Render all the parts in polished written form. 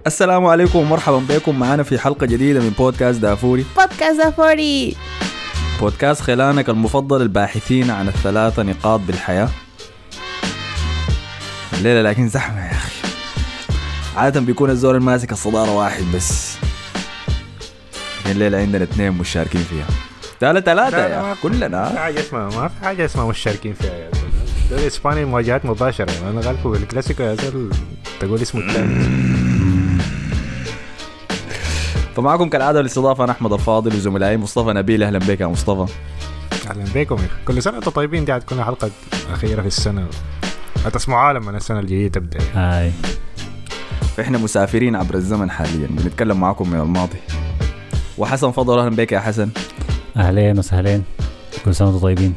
السلام عليكم ومرحبا بكم معنا في حلقة جديدة من بودكاست دافوري. بودكاست خلانك المفضل الباحثين عن الثلاثة نقاط بالحياة. الليلة لكن زحمة يا أخي. عادة بيكون الزور الماسك الصدارة واحد بس، الليلة عندنا 2 مشاركين فيها. ثلاثة يا كلنا. ما في حاجة اسمها مشاركين فيها يا دوري إسباني مواجهات مباشرة. أنا غالبه بالكلاسيكو يا زول تقول اسمه الثاني. فمعكم كالعادة الاستضافة أنا أحمد الفاضل وزملائي مصطفى نبيل. أهلا بك يا مصطفى. أهلا بكم. كل سنة أنتم طيبين. دي هتكون حلقة أخيرة في السنة، هتسمعوا لما السنة الجديدة تبدأ. هاي فإحنا مسافرين عبر الزمن حاليا، بنتكلم معكم من الماضي. وحسن فضل، أهلا بك يا حسن. أهلين وسهلين، كل سنة وانتم طيبين.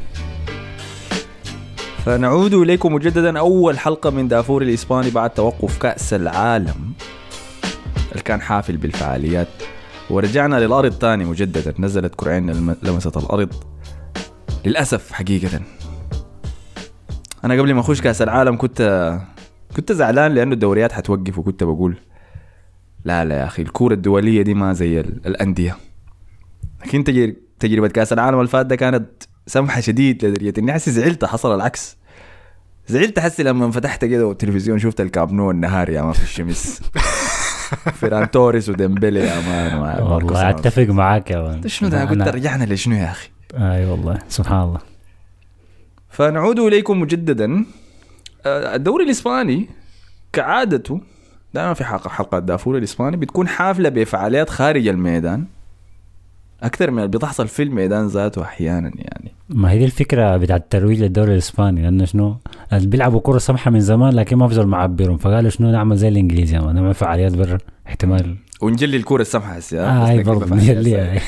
فنعود إليكم مجددا، أول حلقة من دافور الإسباني بعد توقف كأس العالم اللي كان حافل بالفعاليات، ورجعنا للأرض تاني مجددا. نزلت كرعين لمست الأرض للأسف حقيقة. أنا قبل ما أخش كأس العالم كنت زعلان لأنه الدوريات حتوقف، وكنت بقول لا يا أخي الكورة الدولية دي ما زي الأندية. لكن تجربة كأس العالم الفات ده كانت سمحة شديد لدرجة إني حسي زعلت. حصل العكس، زعلت حسي لما فتحت كده والتلفزيون شفت الكابنو النهار يا ما في الشمس فيران توريس وديمبلي يا مان. والله أتفق معاك يا مان. شنو ده؟ قلت رجعنا لشنو يا أخي؟ أي والله سبحان الله. فنعود إليكم مجددا. الدوري الإسباني كعادته دائما في حلقات دافور الإسباني بتكون حافلة بفعاليات خارج الميدان أكثر من اللي بتحصل في الميدان ذاته أحيانا. يعني ما هي دي الفكرة بتاعت الترويج للدوري الإسباني، لأنه شنو بيلعبوا كرة سمحة من زمان لكن ما بزول معبرهم، فقالوا شنو نعمل زي الإنجليزي نعمل فعاليات برا احتمال ونجلي الكرة السمحة هاي برضه نجليها.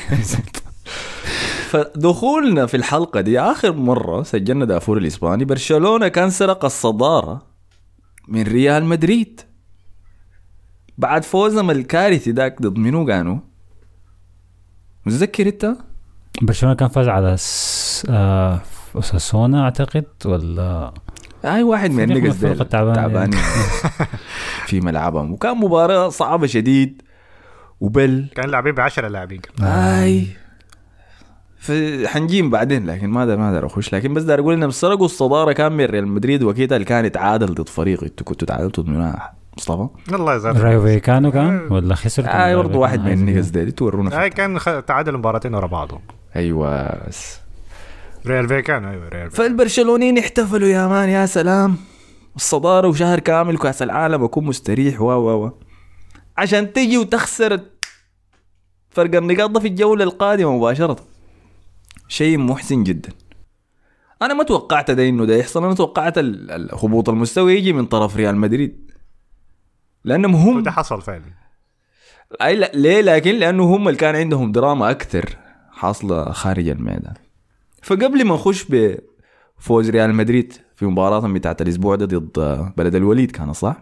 فدخولنا في الحلقة دي آخر مرة سجلنا دافور الإسباني برشلونة كان سرق الصدارة من ريال مدريد بعد فوزهم الكارثي داك ضد منو كانوا؟ متذكر انت؟ برشلونة كان فاز على أوساسونا أعتقد، ولا أي واحد من النقص ده تعبانين في ملعبهم، وكان مباراة صعبة شديد. وبل كان لاعبين ب10 لاعبين. حنجيم بعدين، لكن ما دار أخش. لكن بس دار أقول إنهم سرقوا الصدارة كان من ريال مدريد، وكيتا اللي كان يتعادل ضد فريق. انتوا كنتوا تعادلتوا ضد منو مصطفى؟ الله يزال رايو فيكانو كان ولا خسر؟ برضو واحد من النقص ده تورونا. كان تعادل مباراتين ورا بعضهم. أيوة ريال فيكانو. أيوة ريال. فالبرشلونيين احتفلوا يا مان يا سلام، الصدارة وشهر كامل كأس العالم وكون مستريح عشان تجي وتخسر فرق النقاط في الجولة القادمة مباشرة. شيء محسن جدا. أنا ما توقعت إنه ده يحصل. أنا توقعت الهبوط المستوى يجي من طرف ريال مدريد، لأنهم هم ده حصل فعلا. لا ليه؟ لكن لأنه هم اللي كان عندهم دراما أكثر حاصلة خارج الميدان. فقبل ما نخش بفوز ريال مدريد في مباراتهم بتاعت الأسبوع ده ضد بلد الوليد كان صح؟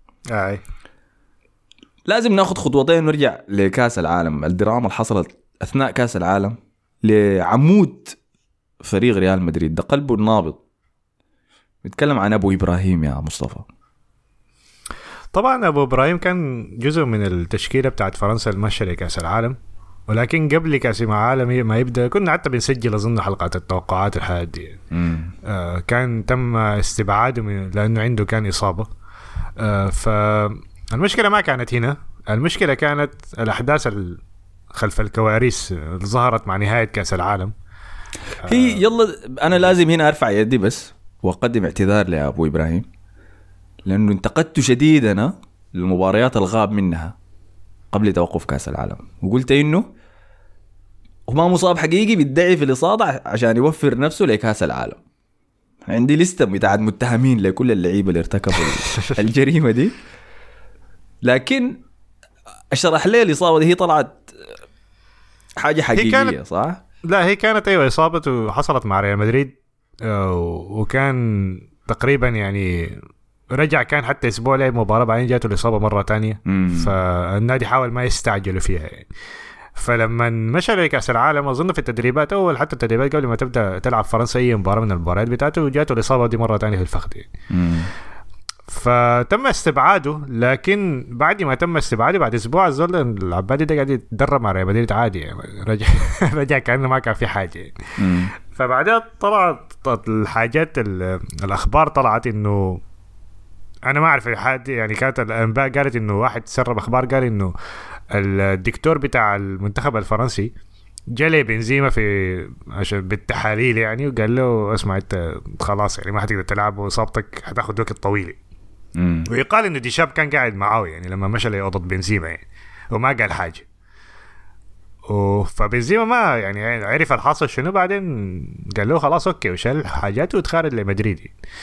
لازم ناخد خطوتين ونرجع لكأس العالم. الدراما اللي حصلت أثناء كأس العالم لعمود فريق ريال مدريد ده قلبه النابض. نتكلم عن أبو إبراهيم يا مصطفى. طبعا أبو إبراهيم كان جزء من التشكيلة بتاعت فرنسا المشهد لكأس العالم، ولكن قبل كأس العالم ما يبدأ كنا حتى بنسجل أظن حلقات التوقعات الحياة دي. كان تم استبعاده لأنه عنده كان إصابة. فالمشكلة ما كانت هنا، المشكلة كانت الأحداث خلف الكواليس اللي ظهرت مع نهاية كأس العالم. هي يلا أنا لازم هنا أرفع يدي بس وأقدم اعتذار لأبو إبراهيم، لأنه انتقدت شديدا للمباريات الغاب منها قبل توقف كأس العالم، وقلت إنه وما مصاب حقيقي بيدعي في الإصابة عشان يوفر نفسه لكأس العالم. عندي لستة بتاعت متهمين لكل اللعيبة اللي ارتكبوا الجريمة دي، لكن أشرح ليه الإصابة دي هي طلعت حاجة حقيقية صح؟ لا هي كانت أيوة إصابته حصلت مع ريال مدريد، وكان تقريبا يعني رجع كان حتى أسبوع لعب مباراة بعدين جاته الإصابة مرة تانية. فالنادي حاول ما يستعجلوا فيها يعني. فلما مشى لكأس العالم أظن في التدريبات أول حتى التدريبات قبل ما تبدأ تلعب فرنسا أي مباراة من المباريات بتاعته جاته الإصابة دي مرة تانية في الفخذ. فتم استبعاده، لكن بعد ما تم استبعاده بعد اسبوع الزول العبادي ده قاعد يتدرب مع ريال مدريد عادي يعني. رجع كانه ما كان في حاجه يعني. فبعدها طلعت الحاجات الاخبار طلعت انه انا ما اعرف حد يعني، كانت الانباء قالت انه واحد سرب اخبار قال انه الدكتور بتاع المنتخب الفرنسي جلي بنزيما في عشان بالتحاليل يعني، وقال له اسمع انت خلاص يعني ما حتقدر تلعب واصابتك حتاخذ وقت طويل. ويقال انه ديشاب كان قاعد معاه يعني لما مشى لاوضه بنزيما يعني، وما قال حاجه. فبنزيما ما يعني عرف الحاصل شنو، بعدين قال له خلاص اوكي وشال حاجاته وتخارج لمدريد.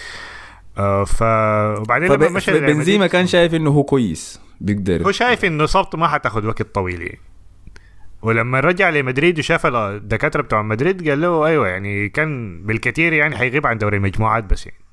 وبعدين لما مشى بنزيما كان شايف انه هو كويس بيقدر، هو شايف انه اصابته ما حتاخذ وقت طويل يعني. ولما رجع لمدريد وشاف الدكاتره بتوع مدريد قال له ايوه يعني كان بالكثير يعني حيغيب عن دوري المجموعات بس يعني.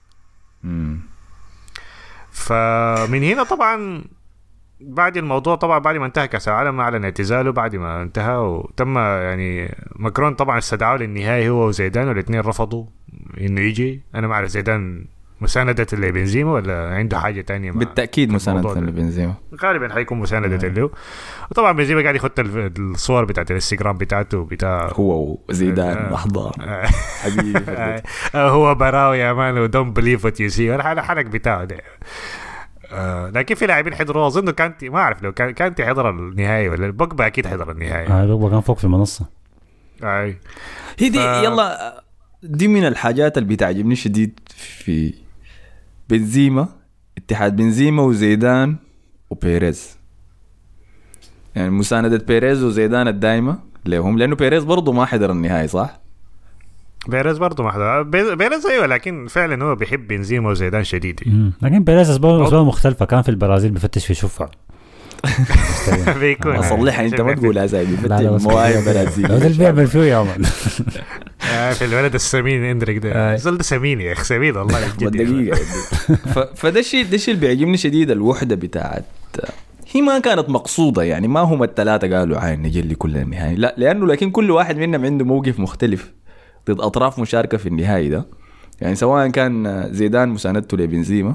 فمن هنا طبعا بعد الموضوع طبعا بعد ما انتهى كاس العالم اعلن اعتزاله بعد ما انتهى، وتم يعني ماكرون طبعا استدعاه للنهائي هو وزيدان، والاثنين رفضوا انه يجي. انا ما اعرف زيدان مساندة لبنزيما ولا عنده حاجة تانية؟ بالتأكيد مساندة لبنزيما، غالبا حيكون مساندة له. وطبعا بنزيما قاعد يخط الصور بتاعت الانستغرام بتاعته هو وزيدان أحضار حبيبي هو براوي يا مان ودون بليف وات يو سي الحلق بتاعه ده. لكن في لاعبين حضروا، اظن كانت ما اعرف لو كانت حضر النهائي ولا بوجبا اكيد حضر النهائي. بوجبا كان فوق في المنصة. هي دي يلا دي من الحاجات اللي بتعجبني شديد في بنزيما، اتحاد بنزيما وزيدان وبيريز، يعني مساندة بيريز وزيدان الدائمة لهم، لأنه بيريز برضو ما حضر النهائي صح؟ بيريز برضو ما حضر. بيريز أيوة، لكن فعلا هو بيحب بنزيما وزيدان شديد. لكن بيريز أسباب مختلفة، كان في البرازيل بيفتش في شفع بيكون أصلحها أنت ما تقول هذا بيفتش مواهب برازيل ده اللي بيعمل فيه يا مان. في الولد السمين اندريك ده زلد سمين يا اخي، سمين والله دقيقه. فده الشيء اللي بيعجبني شديد، الوحده بتاعت هي ما كانت مقصوده يعني، ما هم الثلاثه قالوا عاين نجلي كل النهائي، لا لانه لكن كل واحد منهم عنده موقف مختلف ضد اطراف مشاركه في النهائي ده يعني، سواء كان زيدان مساندته لبنزيما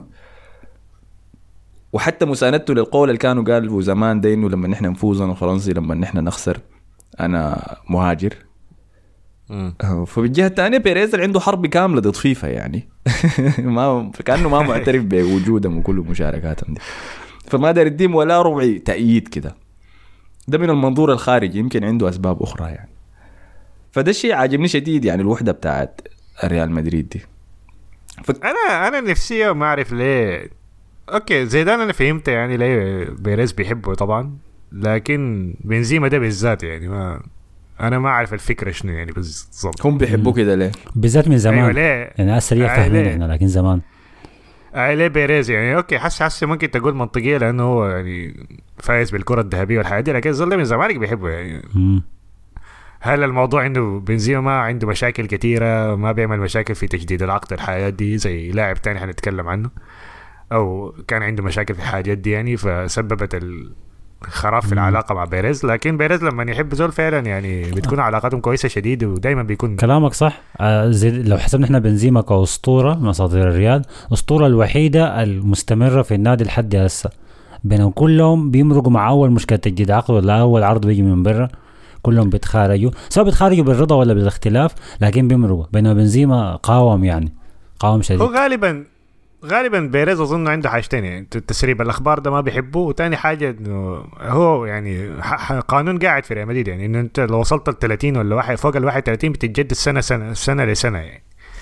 وحتى مساندته للقول اللي كانوا قالوا زمان ده انه لما نحن نفوز انا فرنسي لما نحن نخسر انا مهاجر. فبالجهة الثانية بيريز اللي عنده حرب كاملة ضد فيفا يعني ما كأنه ما معترف بوجودهم وكل مشاركاتهم دي، فما دار يديم ولا ربع تأييد كده. ده من المنظور الخارجي، يمكن عنده أسباب أخرى يعني. فده الشيء عاجبني شديد يعني، الوحدة بتاعت ريال مدريد دي. أنا نفسية ما أعرف ليه. أوكي زيدان أنا فهمت يعني ليه بيريز بيحبه طبعا، لكن بنزيما ده بالذات يعني ما أنا ما أعرف الفكرة شنو يعني بالضبط. هم بيحبوا كده ليه؟ بالذات من زمان. أيوة ليه؟ يعني أسريع فهمين إحنا، لكن زمان. ليه بيريز يعني أوكي حس ممكن تقول منطقية لأنه هو يعني فايز بالكرة الذهبية والحاجات دي، لكن الزول ده من زمان بيحبه يعني. هل الموضوع عنده بنزيما ما عنده مشاكل كتيرة، ما بيعمل مشاكل في تجديد العقد الحاجات دي زي لاعب تاني حنتكلم عنه، أو كان عنده مشاكل في الحاجات دي يعني فسببت خراب في العلاقة مع بيريز. لكن بيريز لما يحب زول فعلا يعني بتكون علاقاتهم كويسة شديد، ودايما بيكون كلامك صح. لو حسبنا احنا بنزيما كأسطورة من أساطير الرياض، أسطورة الوحيدة المستمرة في النادي لحد هسه، بينهم كلهم بيمرقوا مع أول مشكلة تجديد عقد ولا أول عرض بيجي من برا، كلهم بيتخارجوا، سواء بيتخارجوا بالرضا ولا بالاختلاف، لكن بيمرقوا. بينما بنزيما قاوم يعني، قاوم شديد. هو غالبا بيريز اظن عنده حاجتين يعني، تسريب الاخبار ده ما بيحبه، وتاني حاجه انه هو يعني قانون قاعد في ريال مدريد يعني، انه انت لو وصلت ل 30 ولا واحد فوق ال 31 بتتجدد سنه لسنه يعني.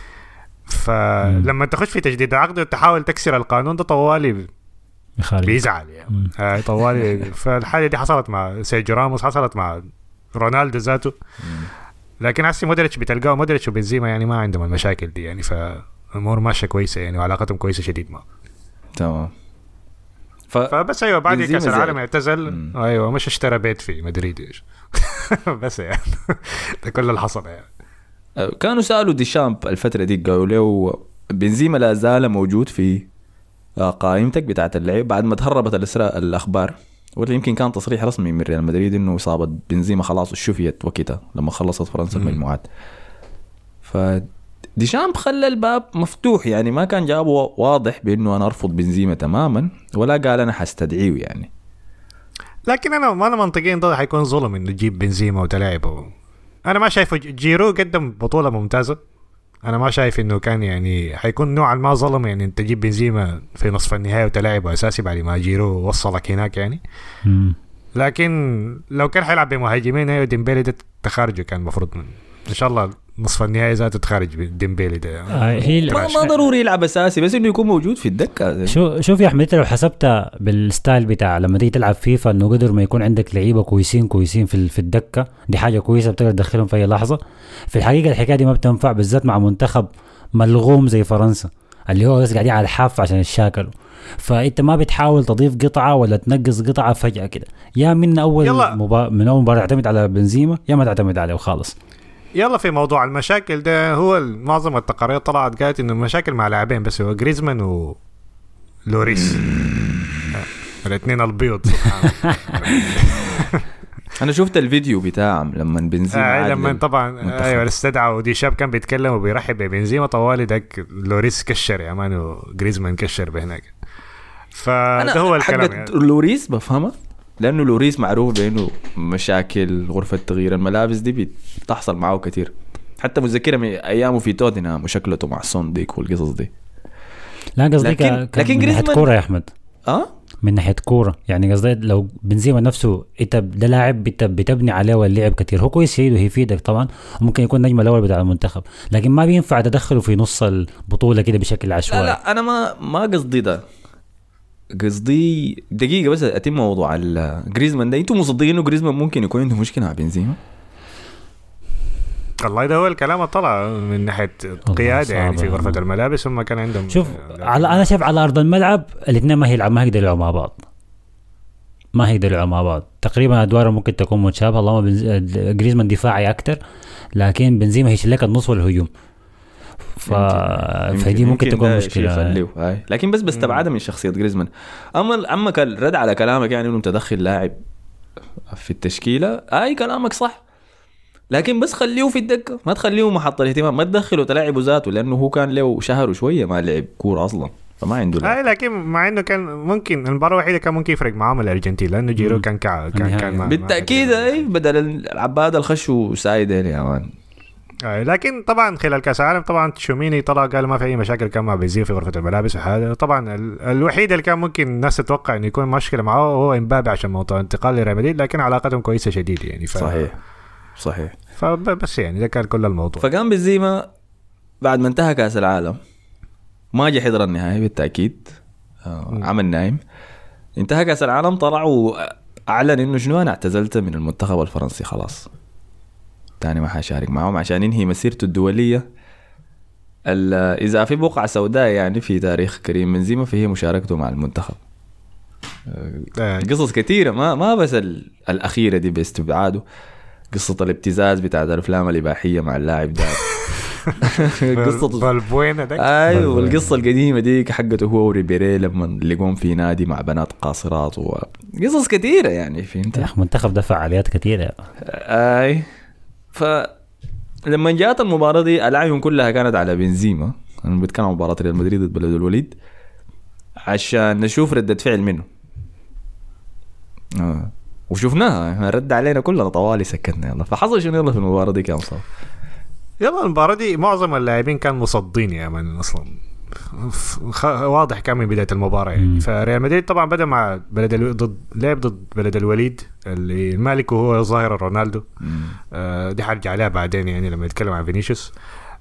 فلما تخش في تجديد العقد وتحاول تكسر القانون ده طوالي بيزعل يعني طوالي. فالحاجه دي حصلت مع سيرجيو راموس، حصلت مع رونالدو ذاته، لكن هسه مودريتش بتلقاه مودريتش وبنزيما يعني ما عندهم المشاكل دي يعني، الامور ماشيه كويسه يعني وعلاقتهم كويسه شديد معه. تمام. فبس ايوه بعد كاس العالم اعتزل. ايوه مش اشترى بيت في مدريد بس يعني ده كل اللي حصل يعني. كانوا سالوا ديشامب الفتره دي قالوا له بنزيما لا زال موجود في قائمتك بتاعه اللعب بعد ما تهربت الاخبار، ولا يمكن كان تصريح رسمي من ريال مدريد انه اصابه بنزيما خلاص شفيت وكده لما خلصت فرنسا المجموعات. ديشامب خلى الباب مفتوح يعني، ما كان جابه واضح بانه انا ارفض بنزيما تماما، ولا قال انا حستدعيه يعني. لكن انا منطقيا ده حيكون ظلم انه تجيب بنزيما وتلاعبه. انا ما شايفه جيرو قدم بطوله ممتازه، انا ما شايف انه كان يعني حيكون نوعا ما ظلم يعني انت تجيب بنزيما في نصف النهائي وتلاعبه اساسي بعد ما جيرو وصلك هناك يعني. لكن لو كان حيلعب بمهاجمين ايوه ديمبيلي ده تخارجه كان المفروض ان شاء الله نصف النهائي ذاته تخرج ديمبيلي ده. ما ضروري يلعب اساسي، بس انه يكون موجود في الدكه. شوف يا احمد، لو حسبتها بالستايل بتاع لما تيجي تلعب فيفا انه قدر ما يكون عندك لعيبه كويسين في الدكه، دي حاجه كويسه بتقدر تدخلهم في اي لحظه. في الحقيقه الحكايه دي ما بتنفع بالذات مع منتخب ملغوم زي فرنسا اللي هو بس قاعدين على الحافه عشان يتشاكلوا. فانت ما بتحاول تضيف قطعه ولا تنقص قطعه فجاه كده، يا من اول من اول مباراه تعتمد على بنزيما يا ما تعتمد عليه وخالص. يلا في موضوع المشاكل ده، هو معظم التقارير طلعت قالت انه المشاكل مع لاعبين بس، هو جريزمان ولوريس الاثنين البيض. انا شفت الفيديو بتاع لما بنزيما لما طبعا ايوه استدعوا ديشاب كان بيتكلم وبيرحب ببنزيما طوالي داك لوريس كشر يا مان وجريزمان كشر بهناك. فده هو الكلام يعني. لوريس بفهمه لانه لوريس معروف بانه مشاكل غرفه تغيير الملابس دي بتحصل معه كتير، حتى متذكره من ايامه في توتنهام وشكلته مع سون ديك والقصص دي. لا قصدي لكن من ناحيه كوره يا احمد، من ناحيه كوره يعني قصدي لو بنزيما نفسه انت ده لاعب بتبني عليه واللعب كتير، هو كويس يفيدك طبعا وممكن يكون نجم الاول بتاع المنتخب، لكن ما بينفع تدخله في نص البطوله كده بشكل عشوائي. لا انا ما قصدي ده، قصدي دقيقه بس اتم موضوع جريزمان ده. انتم مصدقين انه جريزمان ممكن يكون عنده مشكله مع بنزيما؟ والله ده هو الكلام طلع من ناحيه قياده يعني في غرفه الملابس هم كان عندهم. شوف انا شايف على ارض الملعب الاثنين ما هيقدروا يلعبوا مع بعض، تقريبا ادوارهم ممكن تكون متشابهه. اللهم جريزمان دفاعي اكتر، لكن بنزيما هيشيلك النص والهجوم، فدي ممكن تكون مشكله. لكن بس بستبعدها من شخصيه جريزمان. اما كان رد على كلامك يعني انه متدخل لاعب في التشكيله، اي كلامك صح، لكن بس خليه في الدكه، ما تخليه محط الاهتمام، ما تدخله تلاعبه ذاته، لانه هو كان له شهر وشويه ما لعب كوره اصلا، فما عنده لا. لكن مع انه كان ممكن المباراه الوحيده كان ممكن يفرق معاهم الارجنتين، لانه جيرو كان بالتاكيد اي بدل العباد الخش وسايد يا مان. لكن طبعا خلال كاس العالم طبعا تشوميني طلع قال ما في اي مشاكل كان مع بنزيما في غرفه الملابس وهذا. طبعا الوحيد اللي كان ممكن الناس تتوقع انه يكون مشكله معه هو امبابي عشان موضوع انتقال لريال مدريد، لكن علاقتهم كويسه شديد يعني. صحيح فبس يعني ده كان كل الموضوع. فكان بنزيما بعد ما انتهى كاس العالم ما جه حضر النهائي بالتاكيد، عمل نايم. انتهى كاس العالم طلع واعلن انه شنو انا اعتزلت من المنتخب الفرنسي خلاص، تاني ما حاشارك معهم عشان ينهي مسيرته الدوليه. اذا في بقعه سوداء يعني في تاريخ كريم بنزيما فهي مشاركته مع المنتخب. قصص كثيره ما بس الاخيره دي باستبعاده، قصه الابتزاز بتاع الافلام الاباحيه مع اللاعب ده. قصه بالبوينه ده، ايوه والقصه القديمه دي حقته هو وريبيري لما لقوهم في نادي مع بنات قاصرات وقصص كثيره يعني. فهمت يا اخي منتخب ده فعاليات كثيره. فلما جاءت المباراه دي العيون كلها كانت على بنزيما. انا بتكلم عن مباراه ريال مدريد ضد بلد الوليد عشان نشوف ردة فعل منه، وشفناها رد علينا كلنا طوالي سكتنا. يلا فحصل شنو يلا في المباراة دي كان صار. يلا المباراة دي معظم اللاعبين كانوا مصدين يا من اصلا واضح كان من بداية المباراة يعني. فريال مدريد طبعا بدأ مع ضد بلد الوليد اللي مالكه هو ظاهر رونالدو. دي حرجع عليها بعدين يعني لما يتكلم عن فينيسيوس.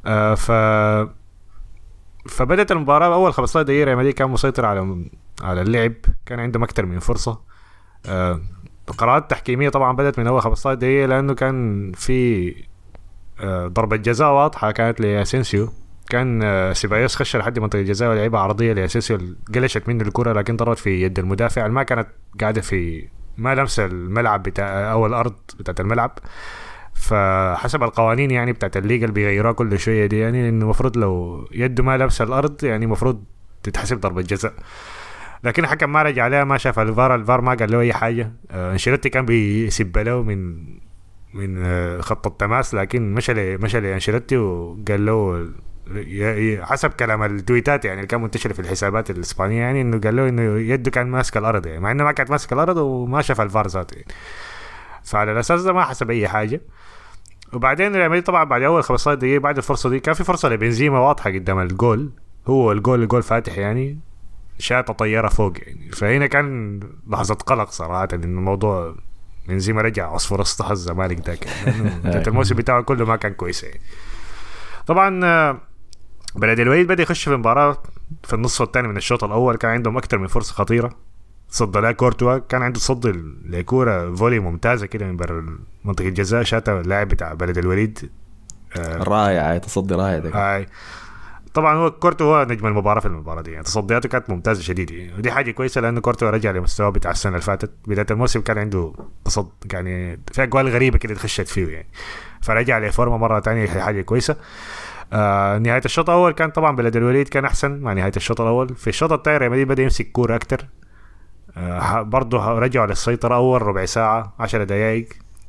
فبدأت المباراة أول 15 دقيقة ريال مدريد كان مسيطر على اللعب، كان عندهم أكتر من فرصة. قرارات تحكيمية طبعا بدأت من أول 15 دقيقة لأنه كان في ضربة جزاء واضحة كانت لأسينسيو. كان سيبايوس خش لحد منطقة الجزاء ولعبها عرضية لأسينسيو قلشت منه الكرة لكن ضربت في يد المدافع، ما كانت قاعدة في ما لمس الملعب بتاع أو الأرض بتاعت الملعب. فحسب القوانين يعني بتاعت الليغا اللي بيغيروها كل شوية دي يعني إنه مفروض لو يده ما لمس الأرض يعني مفروض تتحسب ضربة جزاء، لكن الحكم ما رجع عليها، ما شاف الفار ما قال له اي حاجه. انشيلوتي كان بيسب له من خط التماس، لكن مشى انشيلوتي وقال له حسب كلام التويتات يعني اللي كان منتشر في الحسابات الاسبانيه يعني انه قال له انه يده كان ماسك الارض يعني، مع انه ما كانت ماسك الارض وما شاف الفار ذاته يعني. فعلى الاساس ده ما حسب اي حاجه. وبعدين ريال مدريد طبعا بعد اول 15 دقيقه بعد الفرصه دي كان في فرصه لبنزيما واضحه قدام الجول، هو الجول فاتح يعني، شاط طياره فوق يعني. فهنا كان لحظه قلق صراحه ان الموضوع بنزيما رجع عصفور اسطح الزمالك ذاك يعني. الموسم بتاعه كله ما كان كويس يعني. طبعا بلد الوليد بدا يخش في المباراه في النصف الثاني من الشوط الاول، كان عندهم اكثر من فرصه خطيره صد لها كورتوا، كان عنده صد لكوره فولي ممتازه كده من برا منطقه الجزاء، شاتها اللاعب بتاع بلد الوليد رائع، تصدي رائع ده. طبعا هو كورتوا هو نجم المباراه في المباراه دي يعني، تصدياته كانت ممتازه شديده يعني. ودي حاجه كويسه لانه كورتوا رجع لمستواه بتاع السنه اللي فاتت. بدايه الموسم كان عنده تصد يعني في اجوال غريبه كده تخشت فيه يعني، فرجع لفورمه مره ثانيه، حاجه كويسه. نهايه الشوط الاول كان طبعا بلد الوليد كان احسن مع نهايه الشوط الاول. في الشوط الثاني ريال مدريد بدا يمسك كوره اكتر، برضه رجعوا للسيطره اول ربع ساعه 10 دقائق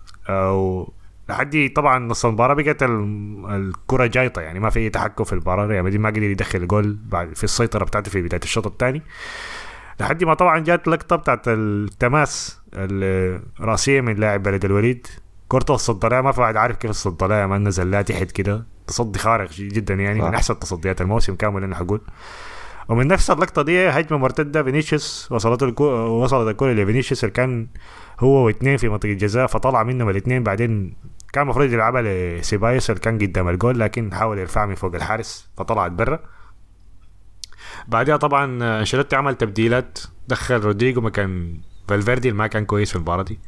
لحد طبعا نص المباراه بقت الكره جايطه يعني، ما في اي تحكم في المباراه. ريال مدريد ما قدر يدخل جول بعد في السيطره بتاعته في بدايه الشوط الثاني، لحد ما طبعا جات لقطه بتاعت التماس الراسيه من لاعب بلد الوليد، كورته الصدلاء ما في واحد عارف كيف الصدلاء ما نزل لها تحت كده، تصدي خارق جدا يعني من احسن تصديات الموسم كامل انا حقول. ومن نفس اللقطه دي هجمه مرتده فينيسيوس وصلت الكره لفينيسيوس اللي كان هو واثنين في منطقه الجزاء، فطلع منهم الاثنين. بعدين كان المفروض يلعبها لسيبايوس اللي كان قدام الجول، لكن حاول يرفع من فوق الحارس فطلعت برا. بعدها طبعا انشيلوتي عمل تبديلات، دخل رودريجو مكان فالفيردي اللي ما كان كويس في المباراه دي،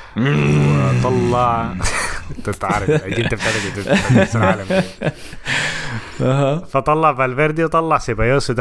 وطلع انت عارف انت بتاعت العالم فطلع فالفيردي وطلع سيبايوس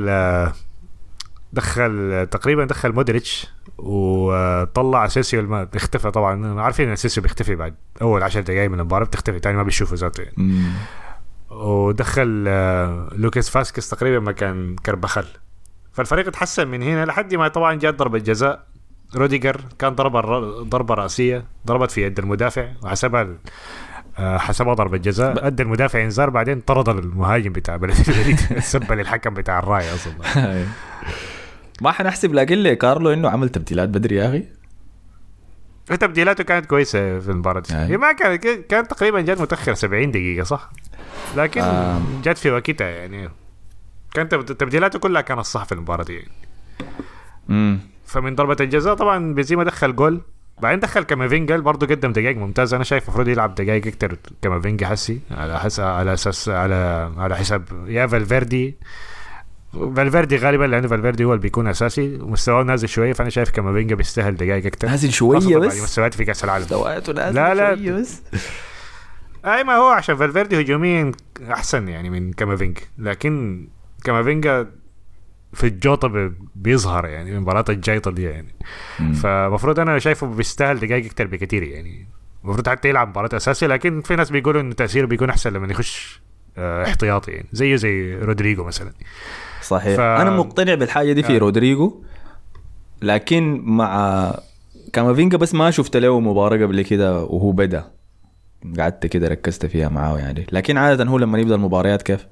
دخل مودريتش وطلع اسيسيو اختفى. طبعا عارفين ان اسيسيو بيختفي بعد اول 10 دقائق من المباراه، بتختفي تاني ما بيشوفوا ذاته يعني. ودخل لوكاس فاسكس تقريبا مكان كربخل، فالفريق اتحسن من هنا لحد ما طبعا جات ضربه جزاء. روديجر كان ضربه راسيه ضربت في يد المدافع وحسبها ضربه جزاء، ادى المدافع انذار، بعدين طرد المهاجم بتاع بلد الوليد سب للحكم بتاع الرايه اصلا. ما حنحسب لكن لي كارلو انه عمل تبديلات بدري يا اخي. تبديلاته كانت كويسه في المباراه دي. هي ما كان تقريبا جات متاخر 70 دقيقه صح، لكن جات في وقتها يعني. كانت تبديلاته كلها كانت صح في المباراه دي يعني. فمن ضربه الجزاء طبعا بنزيما دخل جول، بعدين دخل كامافينجا برضه قدم دقائق ممتازه. انا شايف المفروض يلعب دقائق اكثر كامافينجا حسي على اساس على حساب يا فالفيردي غالبا، لانه فالفيردي هو اللي بيكون اساسي ومستواه نازل شويه، فانا شايف كامافينجا بيستاهل دقائق اكثر. نازل شويه بس مستوياته في كاس العالم مستوياته نازل شويه بس. اي ما هو عشان فالفيردي هجوميا احسن يعني من كامافينجا، لكن كامافينجا في الجوطة بيظهر يعني من مباراة الجايطة دي يعني. فمفروض أنا شايفه بيستاهل دقائق أكتر بكتير يعني، مفروض حتى يلعب مباراة أساسية، لكن في ناس بيقولوا إنه تأثيره بيكون أحسن لما يخش احتياطي يعني زي رودريجو مثلا. صحيح. أنا مقتنع بالحاجة دي في رودريجو، لكن مع كامافينجا بس ما شفت له مباراة قبل كده وهو بدأ قعدت كده ركزت فيها معاه يعني. لكن عادة هو لما يبدأ المباريات كيف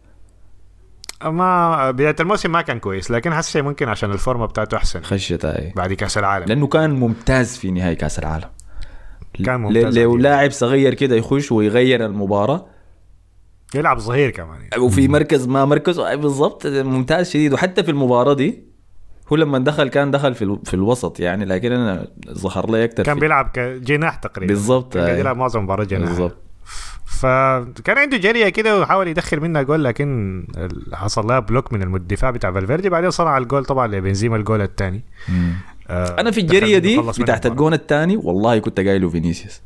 ما بداية الموسم ما كان كويس، لكن حسي ممكن عشان الفورمة بتاعته أحسن خشيتها بعد كأس العالم، لأنه كان ممتاز في نهاية كأس العالم. كان ممتاز لو لاعب صغير كده يخش ويغير المباراة، يلعب ظهير كمان يعني. وفي مركز ما مركزه بالضبط ممتاز شديد. وحتى في المباراة دي هو لما دخل كان دخل في الوسط يعني، لكن أنا ظهر لي أكتر كان بيلعب كجناح تقريبا بالضبط، كان بيلعب معظم مباراة جناح بالضبط. فكان عنده جريه كده وحاول يدخل منها جول، لكن حصل لها بلوك من الدفاع بتاع فالفيردي، بعدين صنع الجول طبعا لبنزيما الجول الثاني. انا في الجريه دي بتاعت الجون الثاني والله كنت قايله فينيسيوس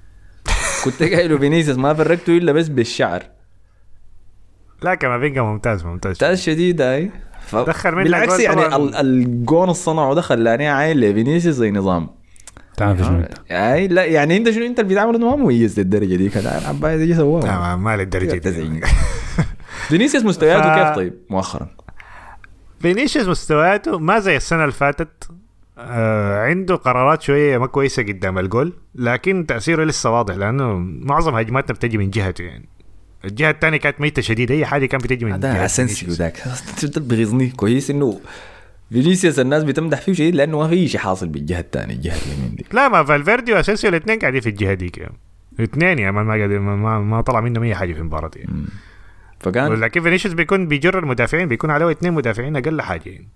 ما فرقته الا بس بالشعر. لا كامافينجا ممتاز شديد هاي دخل منها بالعكس يعني الجون الصنع ودخل لاني عايل لفينيسيوس زي نظام تعرف شنو اي لا يعني انت شنو انت اللي بتعمله انه ما مميز للدرجه دي كان عبايه دي سواه ما للدرجه دي. فينيسيوس مستوياته كيف طيب مؤخرا؟ فينيسيوس مستوياته ما زي السنه اللي فاتت. عنده قرارات شويه ما كويسه قدام الجول، لكن تاثيره لسه واضح لانه معظم هجماتنا بتجي من جهته يعني. الجهه الثانيه كانت ميته شديده، اي حاجه كان بتجي من ده اسنسيو ذاك بيغيظني كويس انه فينيسيوس الناس بتمدح فيه شديد لانه ما في شيء حاصل بالجهه الثانيه الجهه اليمين دي. لا ما فالفيردي واسنسيو الاثنين قاعدين في الجهه دي كده الاثنين يا ما قاعد ما طلع منهم اي حاجه في المباراه دي. فكان لكن فينيسيوس بيكون بيجر المدافعين، بيكون عليه 2 مدافعين اقل حاجه يعني.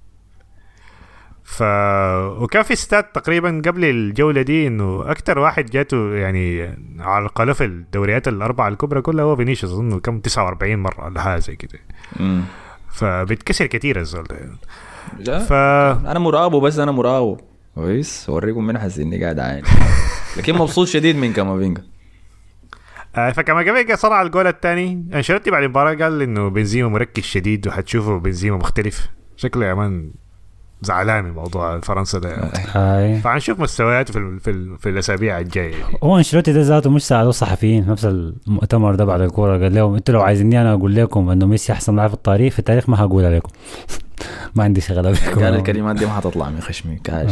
وكان في ستات تقريبا قبل الجوله دي انه اكتر واحد جاته يعني على القلف الدوريات الاربعه الكبرى كلها هو فينيسيوس، اظن كم 49 مره ولا حاجه زي كده. فبتكسر كتير الزول ده. انا مراقبه، بس انا مراقبه كويس اوريكم من حس اني قاعد عين لكن مبسوط شديد من كامافينجا. فكامافينجا صنع الجول الثاني. انشيلوتي بعد المباراه قال انه بنزيما مركز شديد وحتشوفوا بنزيما مختلف شكله يا مان، زعلان من موضوع فرنسا ده. فهنشوف مستوياته في الاسابيع الجايه. هو انشيلوتي ده ذاته مش ساعدوا الصحفيين نفس المؤتمر ده بعد الكوره، قال لهم انتوا لو عايزيني انا اقول لكم انه ميسي احسن لاعب في التاريخ ما هقولها لكم. ما عندي شغله بكم. قال الكلمات دي ما حتطلع من خشمي كاش.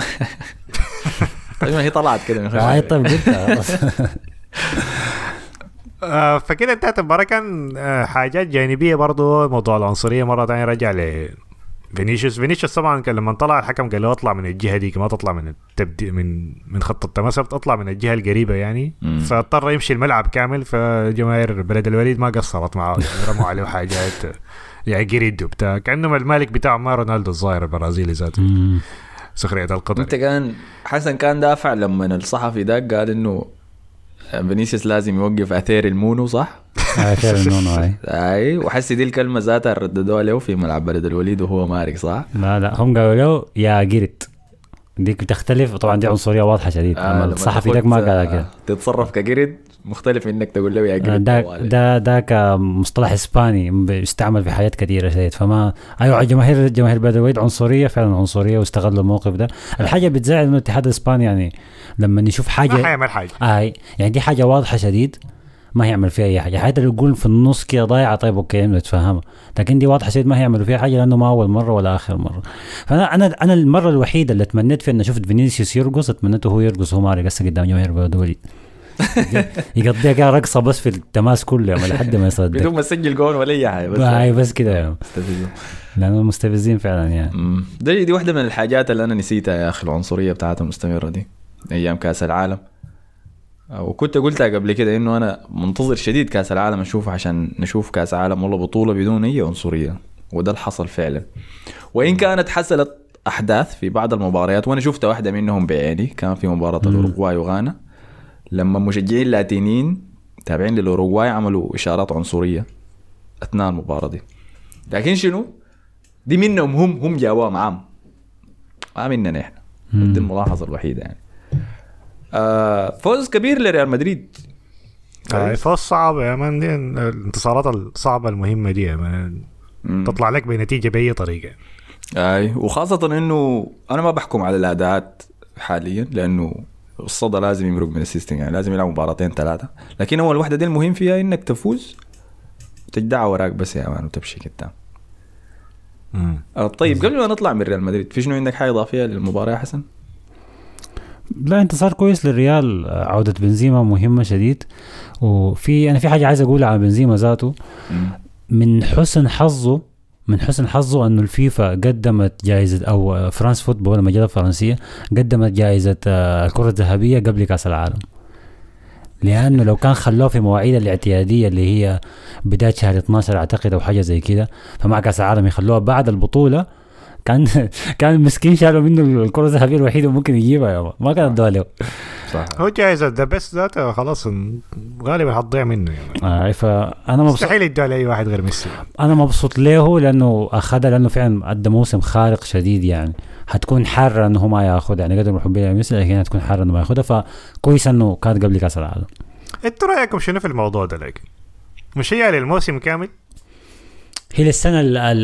طيب هي طلعت كده من خشمي. طيب قلتها. فكده انتهت المباراة. كان حاجات جانبية برضو، موضوع العنصرية مرة تانية رجع لفينيسيوس طبعا كان لما طلع الحكم قال له اطلع من الجهة دي، ما تطلع من من خط التماس، اطلع من الجهة القريبة يعني. فاضطر يمشي الملعب كامل. فجماهير بلد الوليد ما قصرت معه، رموا عليه حاجات يعني جريد وبتاع، كأنه المالك بتاعه ما رونالدو الظاهر البرازيلي ذاته. سخرية القدر. انت كان حسن كان دافع لما الصحفي ده قال انه فينيسيوس لازم يوقف اثير المونو، صح؟ اثير المونو اي وحسي دي الكلمه ذاتها رددوها له في ملعب بلد الوليد وهو مارق، صح؟ لا هم قالوا له يا جيرت، ديك بتختلف طبعا، دي عنصريه واضحه شديد. الصحفي ده ما قال كده، تتصرف كجيرت مختلف انك تقول له يا جيرت. ده كمصطلح اسباني بيستعمل في حاجات كثيره شديد. فما ايوه جماهير بلد الوليد عنصريه فعلا، عنصريه واستغلوا الموقف ده. الحاجه بتزعل انه الاتحاد الاسباني يعني لما نشوف حاجه ما هيعمل حاجه يعني دي حاجه واضحه شديد ما هيعمل فيها اي حاجه. حتى لو يقول في النص كده ضايعه طيب اوكي نتفهمها، لكن دي واضحه شديد ما هيعملوا فيها حاجه لانه ما اول مره ولا اخر مره. فانا المره الوحيده اللي تمنيت فيها ان شفت فينيسيوس يرقص، اتمنيته هو يرقص، هو ما رقص قدام جماهير بلد الوليد. يقضيها كده رقصه بس في التماس كله لحد ما يصدق بدون ما يسجل جون ولا اي حاجه، بس كده يعني لانه مستفزين فعلا يعني. دي واحده من الحاجات اللي انا نسيتها يا اخي، العنصريه بتاعتها المستمره دي ايام كاس العالم. وكنت قلتها قبل كده انه انا منتظر شديد كاس العالم اشوفه عشان نشوف كاس عالم والله بطوله بدون اي عنصريه، وده اللي حصل فعلا. وان كانت حصلت احداث في بعض المباريات، وانا شفت واحده منهم بعيني، كان في مباراه الاوروغواي وغانا لما مشجعين لاتينيين تابعين للاوروغواي عملوا اشارات عنصريه اثناء المباراه دي. لكن شنو دي منهم، هم جابوها معاهم، ما مننا احنا. دي الملاحظه الوحيده يعني. فوز كبير لريال مدريد. فوز صعب يا مان، دي الانتصارات الصعبه المهمه دي يا مان تطلع لك بنتيجه باي طريقه. وخاصه انه انا ما بحكم على الاداءات حاليا، لانه الصدى لازم يمرق من السيستم، يعني لازم يلعب مباراتين 3، لكن اول واحده دي المهم فيها انك تفوز وتجدع وراك بس يا مان وتمشي قدام. طيب قبل ما نطلع من ريال مدريد، في شنو عندك حاجه اضافيه للمباراه يا حسن؟ لا انتصار كويس للريال، عودة بنزيما مهمة شديد. أنا في حاجة عايز أقولها على بنزيما ذاته. من حسن حظه أنه الفيفا قدمت جائزة، أو فرانس فوتبول المجلة الفرنسية قدمت جائزة الكرة الذهبية قبل كأس العالم، لأنه لو كان خلوه في مواعيد الاعتيادية اللي هي بداية شهر 12 أعتقد أو حاجة زي كده، فمع كأس العالم يخلوها بعد البطولة، كان مسكين شالوا منه الكرة الذهبية الوحيدة ممكن يجيبها يا ما كان ادوها صح. هو جايزة ذا بيست ذاته خلاص غالبا حتضيع منه يعني. فانا مبسوط مستحيل يدوها لاي واحد غير ميسي. انا مبسوط له لانه اخذها، لانه فعلا ادى موسم خارق شديد يعني. هتكون حارة انه ما ياخذ يعني قدر محبين ميسي، لكن هتكون حارة انه ما ياخذها، فكويس انه كانت قبل كاس العالم. انتوا رايكم شنو في الموضوع ده؟ لكن مش هي للموسم كامل، هي للسنة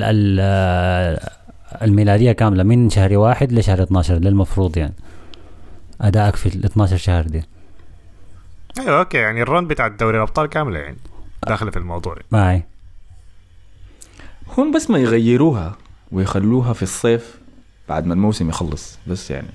الميلادية كاملة من شهر 1 لشهر 12 للمفروض يعني أدائك في 12 شهر دي. أيوة أوكي، يعني الرون بتاع الدوري الأبطال كاملة يعني داخل في الموضوع. معي هم بس ما يغيروها ويخلوها في الصيف بعد ما الموسم يخلص بس يعني.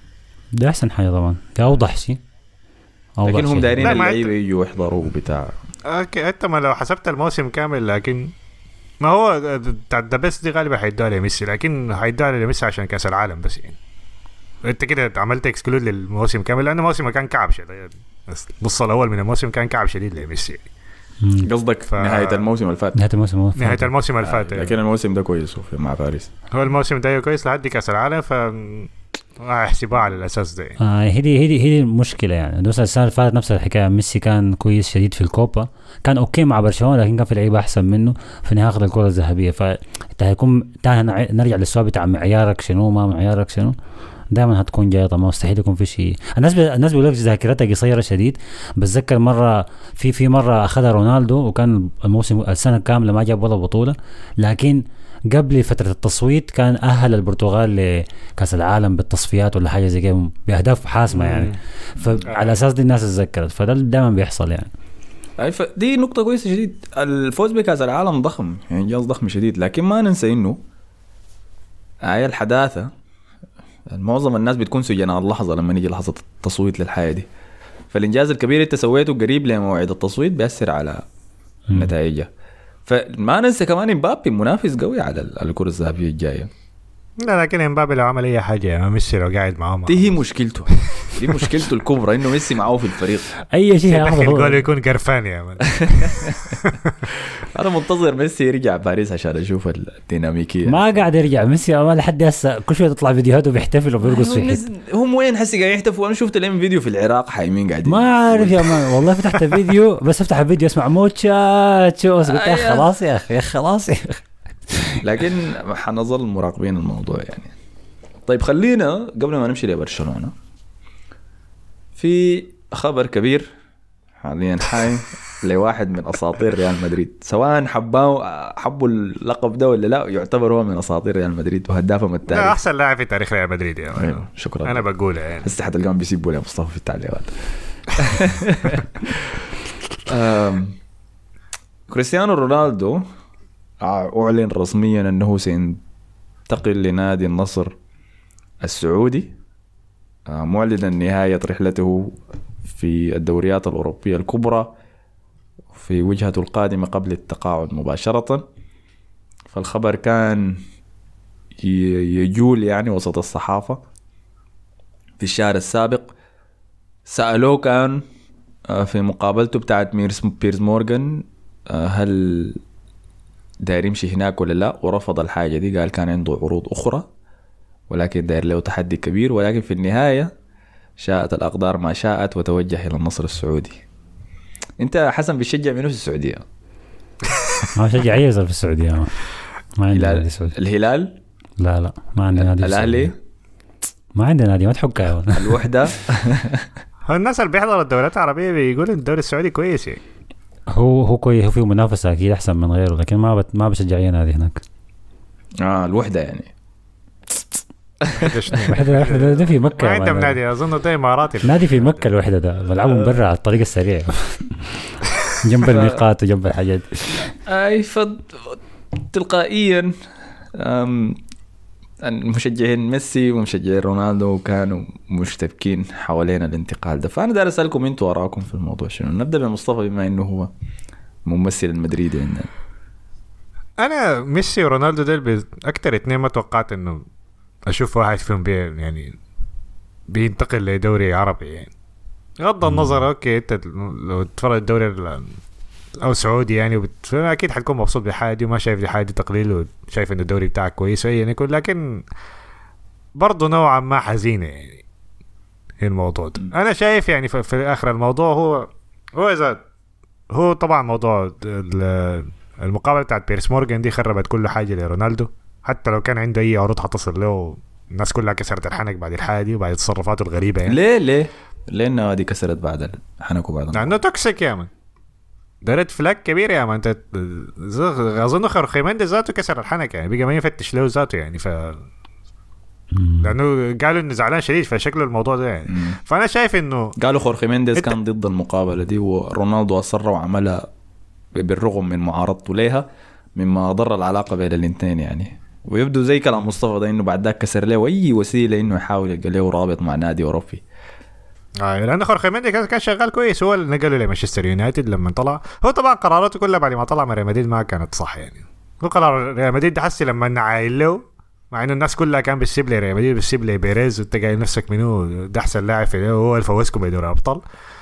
ده أحسن حاجة طبعا، ده أوضح شيء. لكن هم دايرين اللعيبة يجوا يحضروا بتاع. اوكي انت ما لو حسبت الموسم كامل، لكن ما هو بتاع ذا بيست دي غالبا حيدوها لميسي، لكن حيدوها لميسي عشان كاس العالم بس يعني. انت كده عملت اكسكلود للموسم كامل، لانه الموسم كان كعب شديد، النص الاول من الموسم كان كعب شديد لميسي يعني. قصدك نهاية الموسم اللي فات؟ نهاية الموسم اللي فات. لكن الموسم ده كويس مع باريس. هو الموسم ده كويس لحد كاس العالم، ف احسبها على الاساس ده. هي المشكله يعني. دوس السنه اللي فاتت نفس الحكايه، ميسي كان كويس شديد في الكوبا، كان اوكي مع برشلونه، لكن كان في لعيبه احسن منه في النهايه اخذ الكره الذهبيه. فانت هيكون نرجع للسؤال بتاع معيارك شنو، ما معيارك شنو، دائما هتكون جايطه، ما مستحيل يكون في شيء. الناس بيقول لك ذاكرتها قصيره شديد. بتذكر مره في مره اخذها رونالدو، وكان الموسم السنه كامله ما جاب ولا بطوله، لكن قبل فترة التصويت كان أهل البرتغال لكأس العالم بالتصفيات ولا حاجة زي كده بأهداف حاسمة يعني. فعلى أساس دي الناس تذكرت، فده دائما بيحصل يعني. دي نقطة كويسة شديد. الفوز بكأس العالم ضخم يعني، إنجاز ضخم شديد، لكن ما ننسى إنه الحداثة معظم الناس بتكون سجناء اللحظة لما نيجي لحظة التصويت للحياة دي. فالإنجاز الكبير أنت سويته قريب لموعد التصويت بيأثر على نتائجه. فما ننسى كمان امبابي منافس قوي على الكرة الذهبية الجاية. لا لكن امبابي لو عمل اي حاجة ما ميسي لو قاعد معاه دي هي مشكلته. دي مشكلته الكبرى انه ميسي معاه في الفريق. اي شيء يقول يكون قرفان يا مان. انا منتظر ميسي يرجع باريس عشان اشوف الديناميكية. ما قاعد يرجع ميسي ما لحد هسه، كل شويه تطلع فيديوهات وبيحتفل وبيرقص في حته. هم وين حسي قاعد يحتفلوا؟ انا شفت لهم فيديو في العراق حايمين قاعدين. ما عارف يا مان والله، فتحت فيديو بس افتح الفيديو اسمع موتشاتشوس، قلت خلاص يا اخي خلاص يا اخي. لكن حنظل مراقبين الموضوع يعني. طيب خلينا قبل ما نمشي لبرشلونة، في خبر كبير حاليا حي لواحد من أساطير ريال مدريد، سواء حبوا اللقب ده ولا لا، يعتبر هو من أساطير ريال مدريد وهدافهم التاريخ. أحسن لاعب في تاريخ ريال مدريد يا مان. شكرا. أنا بقوله يعني. بس حتى القام بيسيبوا لي مصطفى في التعليقات. كريستيانو رونالدو أعلن رسميا أنه سينتقل لنادي النصر السعودي، معلنا نهاية رحلته في الدوريات الأوروبية الكبرى في وجهته القادمة قبل التقاعد مباشرة. فالخبر كان يجول يعني وسط الصحافة. في الشهر السابق سألوه كان في مقابلته بتاعت بيرز مورغان هل داير يمشي هناك ولا لا، ورفض الحاجة دي، قال كان عنده عروض أخرى ولكن داير له تحدي كبير. ولكن في النهاية شاءت الأقدار ما شاءت وتوجه إلى النصر السعودي. أنت حسن بتشجع منو في السعودية؟ ما بشجع أي زول في السعودية. ما عندي نادي سعودي. الهلال؟ لا ما عندي نادي. الأهلي؟ ما عندي نادي، ما تحكها. الوحدة؟ الناس اللي بيحضروا الدوريات العربية بيقولوا الدوري السعودي كويس يعني. هو كويس، هو فيه منافسة أكيد أحسن من غيره، لكن ما بشجع أي نادي هناك. الوحدة يعني. الوحدة ده في مكة. ما عندهم نادي، أظن ده إماراتي. نادي في مكة الوحدة ده، ملعبهم برا على الطريق السريع جنب الميقات وجنب الحاجات. أي تلقائيا المشجعين ميسي ومشجعين رونالدو كانوا مشتبكين حوالين الانتقال ده. فأنا دار أسألكم أنتوا وراكم في الموضوع شنو. نبدأ بمصطفى بما أنه هو ممثل المدريد عندنا. أنا ميسي ورونالدو دول أكتر اتنين ما توقعت إنه أشوف واحد فيهم يعني بينتقل لدوري عربي يعني. غض النظر أوكي أنت لو تفرج الدوري أو سعودي يعني أكيد حتكون مبسوط بحاجة وما شايف دي حاجة تقليل وشايف إنه الدوري بتاعك كويس يعني يكون، لكن برضو نوعا ما حزينة يعني الموضوع ده. أنا شايف يعني في آخر الموضوع هو طبعا موضوع المقابلة بتاعت بيرس مورغان دي خربت كل حاجة لرونالدو، حتى لو كان عنده أي عروض حتصل له الناس كلها كسرت الحنك بعد الحاجة دي وبعد تصرفاته الغريبة يعني. ليه النوادي دي كسرت بعد الحنك وبعد لأنه توكسيك يا من، ده ريد فلاك كبير يا من. انت اظن خيمندي ذاته كسر الحنك يعني، بيجي ما يفتش له ذاته يعني، لانه قالوا انه زعلان شديد فشكله الموضوع ده يعني. فانا شايف انه قالوا خورخي مينديز كان ضد المقابله دي ورونالدو اصر وعملها بالرغم من معارضته ليها، مما ضر العلاقه بين الاثنين يعني. ويبدو زي كلام مصطفى ده انه بعد ذاك كسر له اي وسيله انه يحاول يلقى له رابط مع نادي اوروبي. لأن خورخي مندي كان شغال كويس، هو اللي نقله لمانشستر يونايتد لما طلع. هو طبعا قراراته كلها بعد ما طلع من ريال مدريد ما كانت صح يعني. هو قرار ريال مدريد ده حسي لما نعايل له، مع انه الناس كلها كان بتسيب لي ريال مدريد، بتسيب لي بيريز، وانت قايل نفسك منو ده احسن لاعب في هو اللي فوزكم بدوري الابطال.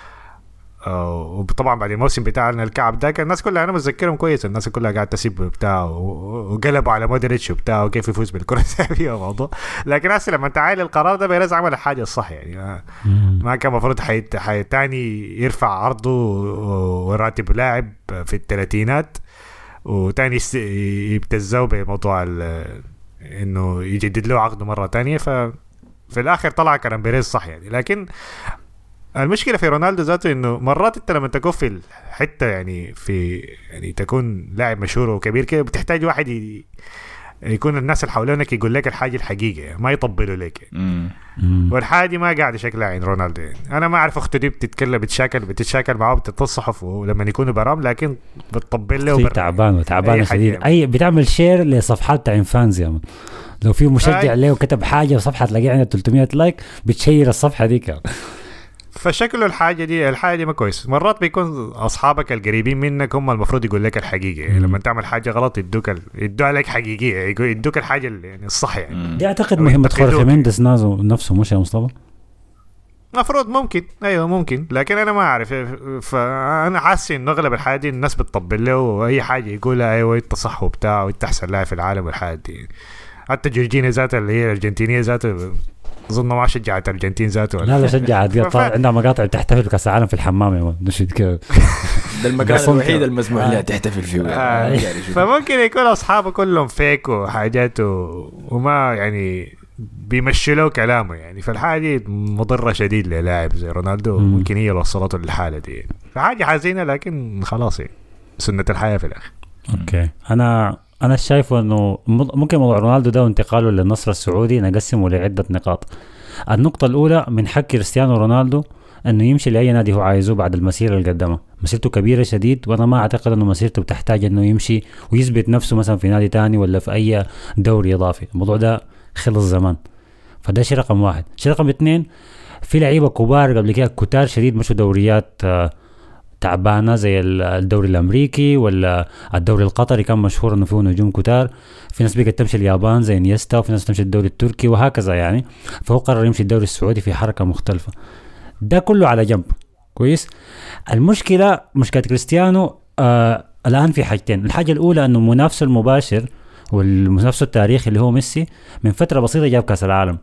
وطبعا بعد الموسم بتاعنا الكعب ده الناس كلها انا متذكرهم كويس، الناس كلها قاعده تسيب بتاعه وقلبوا على مودريتش وبتاعه وكيف يفوز بالكره الذهبيه وموضوع. لكن هسه لما انت عايل القرار ده بيريز عمل الحاجه الصح يعني. ما كان المفروض تاني يرفع عرضه وراتب لاعب في الثلاثينات، وتاني يبتزوا بموضوع انه يجدد له عقده مره تانية. ففي الاخر طلع كلام بيريز صح يعني. لكن المشكله في رونالدو ذاته انه مرات انت لما تكون في الحته يعني يعني تكون لاعب مشهور وكبير كده، بتحتاج واحد يكون الناس اللي حوالينك يقول لك الحاجه الحقيقه، ما يطبلوا لك. والحاجه ما قاعده شكلها عين رونالدو يعني. انا ما اعرف اختي دي بتتشاكل معاه بتتصحف ولما يكونوا برام، لكن بتطبل له تعبانه شديد. اي بتعمل شير لصفحات تاع فانز يعني. لو في مشجع له وكتب حاجه وصفحه تلاقيه عندها 300 لايك، بتشير الصفحه دي كده. فشكله الحاجة دي ما كويس. مرات بيكون أصحابك القريبين منك هم المفروض يقول لك الحقيقة يعني. لما تعمل حاجة غلط يدوك عليك حقيقية، يدوك الحاجة يعني الصح يعني. دي أعتقد مهمة خورخي مينديز نفسه مش يا مصطفى؟ مفروض ممكن، أيوة ممكن، لكن أنا ما أعرف. فأنا حاسس إنه أغلب الحاجة دي الناس بتطبل له، وأي حاجة يقولها أيوة أنت صح وبتاع وأنت أحسن لاعب في العالم والحاجة دي. حتى جورجينا ذاتها اللي هي الأرجنتينية ذاتها أظن ما شجعت الأرجنتين ذاته. لا شجعت، عندها مقاطع تحتفل بكأس العالم في الحمام يا مان نشيد كده. ده المكان الوحيد المسموح لها تحتفل فيه. فممكن يكون أصحابه كلهم فيك وحاجات وما يعني بيمشلوا كلامه يعني. فالحاجة مضرة شديد للاعب زي رونالدو، ممكن هي اللي وصلته للحالة دي. فحاجة حزينة لكن خلاص يعني سنة الحياة في الآخر. أوكي. أنا شايفه إنه ممكن موضوع رونالدو ده وانتقاله للنصر السعودي نقسمه لعدة نقاط. النقطة الأولى من حق كريستيانو رونالدو إنه يمشي لأي نادي هو عايزه بعد المسيرة اللي قدمها. مسيرته كبيرة شديد، وأنا ما أعتقد إنه مسيرته بتحتاج إنه يمشي ويثبت نفسه مثلا في نادي تاني ولا في أي دوري إضافي. الموضوع ده خلص زمان. فده شيء رقم واحد. شيء رقم 2، في لعيبة كبار قبل كده كتار شديد مشوا دوريات تعبانه زي الدوري الامريكي ولا الدوري القطري، كان مشهور انه فيه نجوم كتار. في ناس بقت تمشي اليابان زي نيستا، وفي ناس تمشي الدوري التركي وهكذا يعني. فهو قرر يمشي الدوري السعودي في حركه مختلفه. ده كله على جنب كويس. مشكله كريستيانو الان في حاجتين. الحاجه الاولى انه منافسه المباشر والمنافسه التاريخي اللي هو ميسي من فتره بسيطه جاب كاس العالم.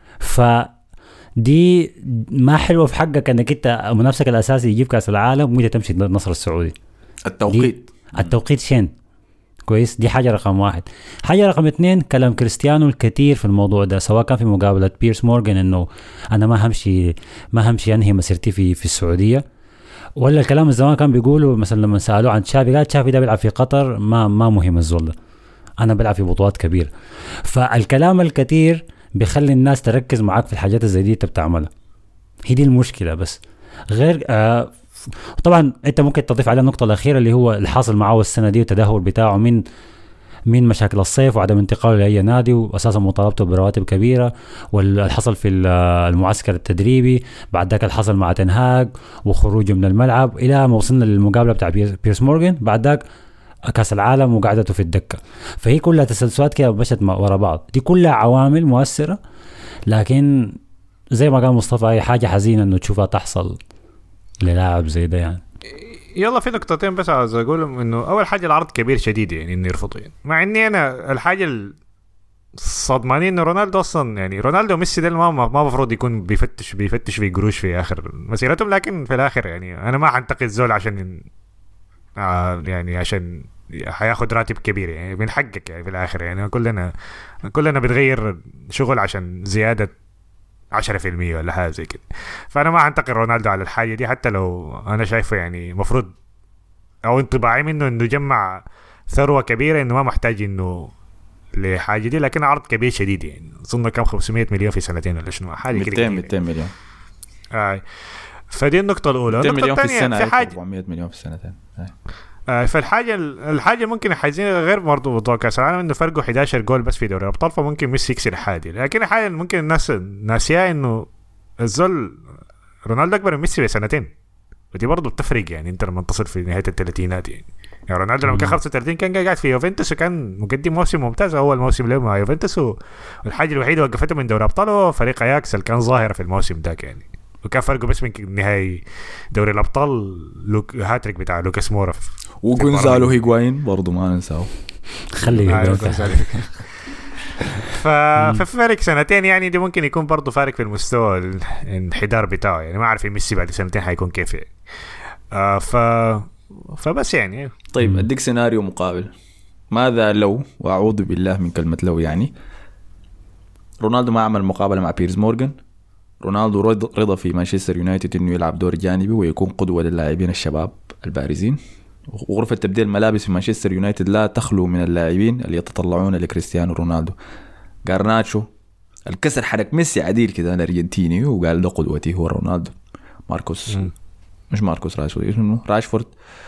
دي ما حلوه في حقك انك انت منافسك الاساسي يجيب كاس العالم وانت تمشي للنصر السعودي. التوقيت شين كويس. دي حاجه رقم واحد. حاجه رقم 2، كلام كريستيانو الكثير في الموضوع ده، سواء كان في مقابله بيرس مورغان انه انا ما همشي انهي مسيرتي في السعوديه، ولا الكلام الزمان كان بيقولوا مثلا لما سالوه عن تشافي قال تشافي ده بيلعب في قطر، ما مهم الزول ده، انا بلعب في بطولات كبيره. فالكلام الكثير بيخلي الناس تركز معاك في الحاجات زي دي بتعملها. هي دي المشكله. بس غير طبعا انت ممكن تضيف على النقطه الاخيره اللي هو الحاصل معه السنه دي والتدهور بتاعه من مشاكل الصيف وعدم انتقاله لاي نادي، واساسا مطالبته برواتب كبيره، والحصل في المعسكر التدريبي، بعد ذاك الحصل مع تنهاج وخروجه من الملعب، الى ما وصلنا للمقابله بتاع بيرس مورغان، بعد ذاك كاس العالم وقعدته في الدكه. فهي كلها تسلسلات كده مشت ورا بعض. دي كلها عوامل مؤثره، لكن زي ما قال مصطفى اي حاجه حزينه انه تشوفها تحصل للاعب زي ده يعني. يلا في نقطتين بس عايز اقولهم. انه اول حاجه العرض كبير شديد يعني انه يرفضوا يعني. مع اني انا الحاجه الصدماني انه رونالدو اصلا يعني رونالدو وميسي ده ما مفروض يكون بيفتش في قروش في اخر مسيرتهم، لكن في الاخر يعني انا ما حنتقد زول عشان يعني عشان هياخد راتب كبير يعني من حقك يعني في الاخر يعني. كلنا بنغير شغل عشان زياده 10% ولا حاجه زي كده. فانا ما هنتقد رونالدو على الحاجه دي، حتى لو انا شايفه يعني مفروض او انطباعي منه انه جمع ثروه كبيره انه ما محتاج انه لحاجه دي، لكن عرض كبير شديد يعني. اظن كم 500 مليون في سنتين ولا شنو حاجه كده 200 مليون. فدي النقطه الاولى. 200 مليون في السنه، في حاجه 400 مليون في السنتين. فالحاجه ممكن حاجزين غير برضه موضوع كاس العالم انه فرقه 11 جول بس في دوري الابطال، فممكن ميسي يكسر حاجه. لكن حاجه ممكن الناس ناسيها انه الزول رونالدو اكبر من ميسي بسنتين، ودي برضه بتفرق يعني انت لما تصل في نهايه الثلاثينات يعني رونالدو لما كان 35 كان قاعد في يوفنتوس وكان مقدم موسم ممتاز اول موسم له مع يوفنتوس، والحاجه الوحيده وقفته من دوري ابطال هو فريق اياكس اللي كان ظاهره في الموسم ذاك يعني، وكان فرقه بس من نهائي دوري الابطال هاتريك بتاع لوكاس مورا وجونزالو هيغواين برضه ما ننساه. خلي ففي فرق سنتين يعني دي ممكن يكون برضه فارق في المستوى الانحدار بتاعه يعني، ما اعرف ميسي بعد سنتين حيكون كيف يعني. فبس يعني. طيب اديك سيناريو مقابل، ماذا لو، واعوذ بالله من كلمه لو يعني، رونالدو ما عمل مقابله مع بيرز مورغان، رونالدو رضى في مانشستر يونايتد انه يلعب دور جانبي ويكون قدوه للاعبين الشباب البارزين، وغرفه تبديل الملابس في مانشستر يونايتد لا تخلو من اللاعبين اللي يتطلعون لكريستيانو رونالدو. غارناتشو الكسر حرك ميسي عديل كده الارجنتيني وقال ده قدوتي هو رونالدو. ماركوس مش ماركوس راشفورد، اسمه راشفورد،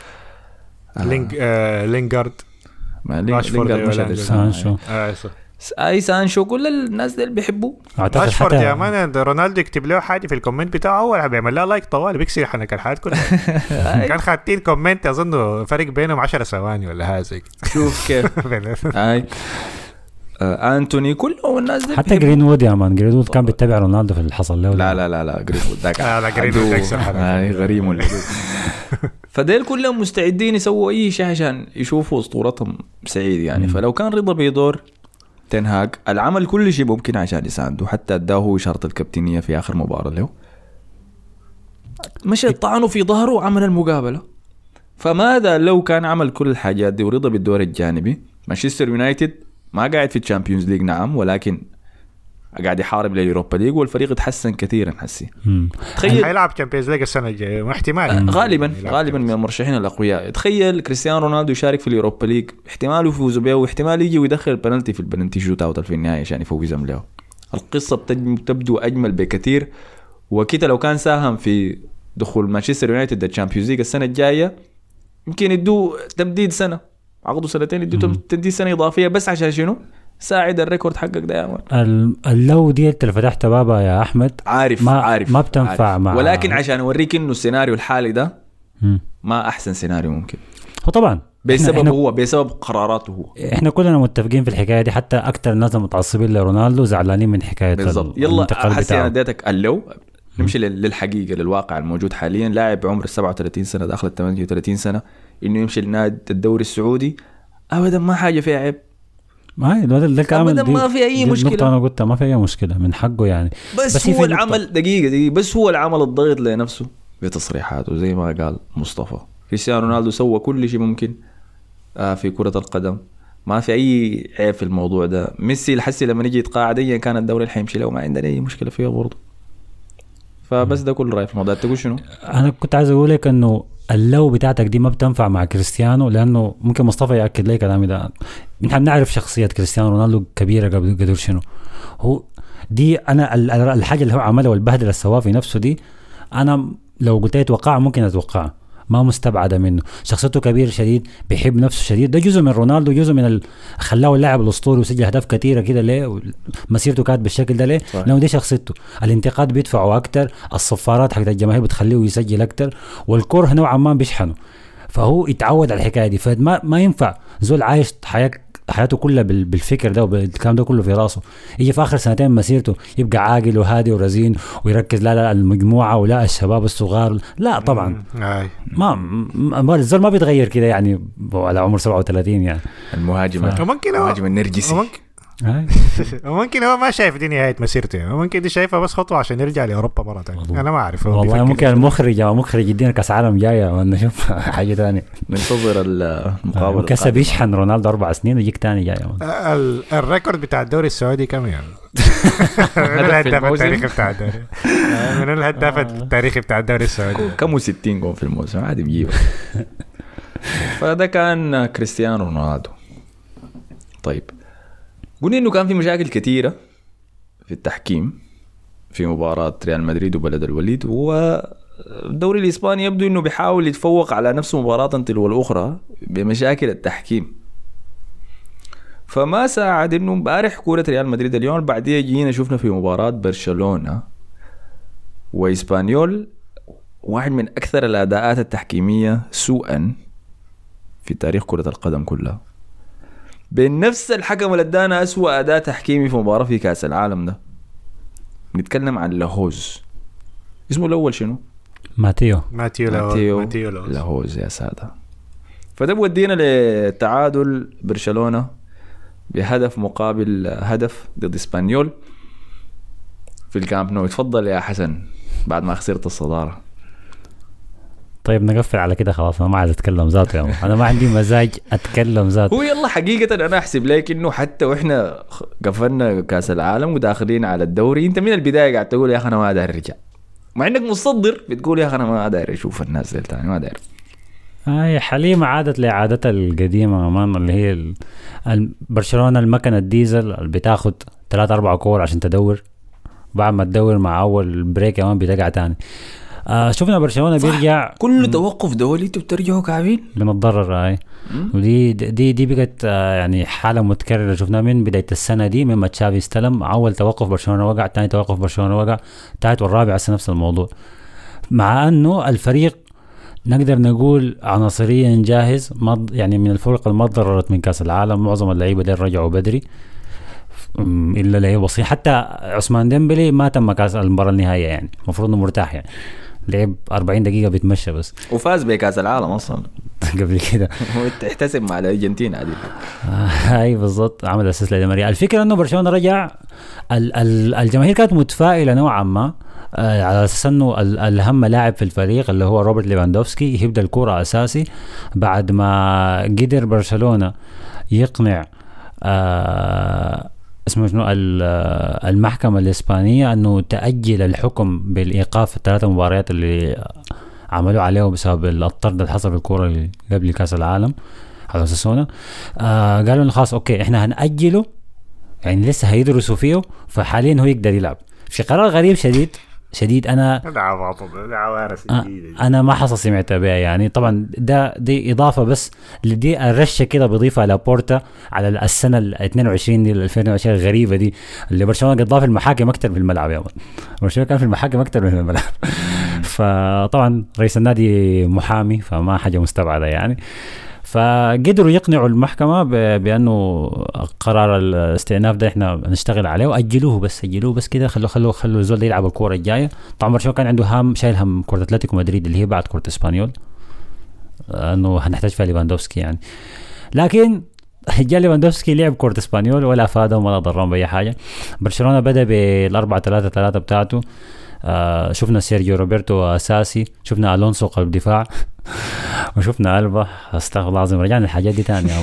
لينغارد، راشفورد سانشو، اي سانشو، كل الناس اللي بيحبوا راشفورد يا مان. رونالدو يكتب له حاجه في الكومنت بتاعه اول بيعمل لها لايك طوال بيكسر حنك الحاجات كلها. كان خاتين كومنت اظن فرق بينهم 10 ثواني ولا هذا. شوف كيف هاي انتوني كلهم الناس دي حتى جرينوود يا مان. جرينوود كان بيتابع رونالدو في اللي حصل له. لا جرينوود ذاك جرينوود هاي غريم. فديل كلهم مستعدين يسووا اي شيء عشان يشوفوا اسطورتهم سعيد يعني. فلو كان رضا بيدور تنهاج العمل كل شيء ممكن عشان يساعده، حتى اداه شرط الكابتنية في اخر مباراة له، مشى طعنه في ظهره وعمل المقابلة. فماذا لو كان عمل كل الحاجات دي ورضا بالدور الجانبي؟ مانشستر يونايتد ما قاعد في الشامبيونز ليج نعم، ولكن قاعد يحارب لليوروبا ليج والفريق اتحسن كثيرا. حسي تخيل هيلعب تشامبيونز ليج السنه الجايه احتمال غالبا من المرشحين الاقوياء. تخيل كريستيانو رونالدو يشارك في اليوروبا ليج، احتمال يفوز بيه واحتمال يجي ويدخل البنالتي في البنالتي شوت اوت في النهايه عشان يفوزهم له. القصه تبدو اجمل بكثير. وكده لو كان ساهم في دخول مانشستر يونايتد الشامبيونز ليج السنه الجايه يمكن يدوه تمديد سنه، عقده سنتين، يدوه تمديد سنه اضافيه بس عشان شنو؟ ساعد الريكورد حقك ده يا مان. اللو دي اللي فتحت بابا يا احمد، عارف ما بتنفع عارف. مع، ولكن عشان اوريك انه السيناريو الحالي ده ما احسن سيناريو ممكن. هو طبعا بسبب قراراته هو. احنا كلنا متفقين في الحكايه دي، حتى اكثر الناس متعصبين لرونالدو زعلانين من حكايه بالضبط. يلا حسي انا اديتك اللو، نمشي للحقيقه للواقع الموجود حاليا. لاعب بعمر 37 سنه داخل 38 سنه انه يمشي لنادي الدوري السعودي ابدا ما حاجه فيها عيب. ما في اي مشكله. انا قلت ما في اي مشكله من حقه يعني. بس هو العمل دقيقه بس هو العمل الضغط لنفسه بتصريحاته زي ما قال مصطفى. كريستيانو رونالدو سوى كل شيء ممكن في كرة القدم، ما في أي عيب في الموضوع ده. ميسي الحسي لما نيجي يتقاعد أيا كان الدوري اللي حيمشي له ما عندنا أي مشكلة فيها برضه. فبس ده كل رأي في الموضوع. تقول شنو؟ أنا كنت عايز أقول لك إنه اللو بتاعتك دي ما بتنفع مع كريستيانو، لأنه ممكن مصطفى يأكد لي كلامي ده. نحن نعرف شخصية كريستيانو رونالدو كبيرة قدر شنو هو دي. أنا الحاجة اللي هو عملها والبهدلة اللي سواها في نفسه دي، أنا لو قلت لي أتوقع ممكن أتوقع، ما مستبعدة منه. شخصيته كبير شديد، بيحب نفسه شديد، ده جزء من رونالدو، جزء من خلاه اللاعب الأسطوري وسجل أهداف كثيرة كده. ليه مسيرته كانت بالشكل ده؟ ليه؟ لأنه دي شخصيته. الانتقاد بيدفعه أكتر، الصفارات حق الجماهير بتخليه يسجل أكتر، والكره نوعا ما بيشحنه، فهو يتعود على الحكاية دي. فما ينفع زول عايش حياته كلها بالفكر ده والكلام ده كله في راسه، يجي في آخر سنتين مسيرته يبقى عاقل وهادي ورزين ويركز لا المجموعة ولا الشباب الصغار. لا طبعا ما الزول ما بيتغير كده يعني على عمر 37 يعني. المهاجم النرجسي ممكن هو ما شايف دي نهاية مسيرته، ممكن دي شايفها بس خطوة عشان يرجع لأوروبا مرة تانية. أنا ما أعرف والله. ممكن المخرج يدينا كأس عالم جاية ولا نشوف حاجة تانية. ننتظر المقابلة. كسب يشحن رونالدو 4 سنين ويجيك تاني جاية. الريكورد بتاع الدوري السعودي كم يعني؟ من الهداف التاريخي بتاع الدوري، من الهداف التاريخي بتاع الدوري السعودي كم 60 جول في الموسم عادي بيجيبه. فده كان كريستيانو رونالدو. طيب قلنا إنه كان في مشاكل كثيرة في التحكيم في مباراة ريال مدريد وبلد الوليد، والدوري الإسباني يبدو إنه بيحاول يتفوق على نفسه مباراة تلو الأخرى بمشاكل التحكيم. فما ساعد إنه مبارح كورة ريال مدريد اليوم بعدين جينا شفنا في مباراة برشلونة وإسبانيول واحد من أكثر الأداءات التحكيمية سوءا في تاريخ كرة القدم كلها. بين نفس الحكم اللي ادانا أسوأ أداء تحكيمي في مباراة في كأس العالم ده نتكلم عن لاهوز. اسمه الأول شنو؟ ماتيو لاهوز يا سادة. فده بودينا لتعادل برشلونة بهدف مقابل هدف ضد إسبانيول في الكامب نو. اتفضل يا حسن بعد ما خسرت الصدارة. طيب نقفل على كده خلاص. انا ما عايز اتكلم ذاته يا انا ما عندي مزاج اتكلم ذاته. هو يلا حقيقة انا احسب لك انه حتى واحنا قفلنا كاس العالم وداخلين على الدوري انت من البداية قاعد تقول يا اخي انا ما داير ارجع، مع انك مصدر بتقول يا اخي انا ما داير اشوف الناس دي تاني ما داير. هاي حليمة عادت لعادتها القديمة أمان اللي هي برشلونة المكنة الديزل اللي بتاخد 3-4 كور عشان تدور، بعد ما تدور مع أول بريك كمان بتقع تاني. شفنا برشلونة بيرجع كل توقف دولي بترجعوا كعبين بنتضرر. هاي ودي دي بقت يعني حالة متكررة شفناها من بداية السنة دي مما تشافي استلم. أول توقف برشلونة وقع، تاني توقف برشلونة وقع، تالت والرابع هسه نفس الموضوع. مع أنه الفريق نقدر نقول عناصريا جاهز، يعني من الفرق اللي ما تضررت من كاس العالم. معظم اللعيبه دي رجعوا بدري الا لعيبه بسيط. حتى عثمان ديمبلي ما تم كاس المباراه النهائيه، يعني المفروض انه مرتاح، يعني لعب 40 دقيقه بيتمشى بس وفاز بكاس العالم اصلا قبل كده. هو تحتسب مع الارجنتين عادي. هاي بالضبط عمل اساس لدي. الفكره انه برشلونه رجع، الجماهير كانت متفائله نوعا ما على اساس انه الاهم لاعب في الفريق اللي هو روبرت ليفاندوفسكي يبدا الكرة اساسي بعد ما قدر برشلونة يقنع اسمه شنو المحكمة الإسبانية انه تأجل الحكم بالايقاف الثلاث مباريات اللي عملوا عليه بسبب الطرد اللي حصل في الكرة اللي قبل كاس العالم على اساسونه. قالوا انه خلاص اوكي احنا هنأجله، يعني لسه هيدرسوا فيه، فحاليا هو يقدر يلعب. في قرار غريب شديد انا ما حصل سمعت بها، يعني طبعا دي اضافه بس لدي الرشه كده بضيفها لابورتا على السنه ال 22 دي 2020 الغريبه دي اللي برشلونه قد ضاف المحاكم اكثر في الملعب. يا برشلونه كان في المحاكم اكثر من الملعب. فطبعا رئيس النادي محامي فما حاجه مستبعده يعني. فقدروا يقنعوا المحكمة بأنه قرار الاستئناف ده احنا نشتغل عليه وأجلوه بس كده خلوا الزول ده يلعب الكورة الجاية. طبعا برشلونة كان عنده شايل هم كرة أتلتيكو مدريد اللي هي بعد كرة إسبانيول أنه هنحتاج فيها ليفاندوفسكي يعني. لكن جاء ليفاندوفسكي لعب كرة إسبانيول ولا فادهم ولا ضرهم بأي حاجة. برشلونة بدأ بال4-3-3 بتاعته. شفنا سيرجيو روبرتو أساسي، شفنا ألونسو قلب دفاع وشفنا ألبا. استغفر الله العظيم رجعنا الحاجات دي تاني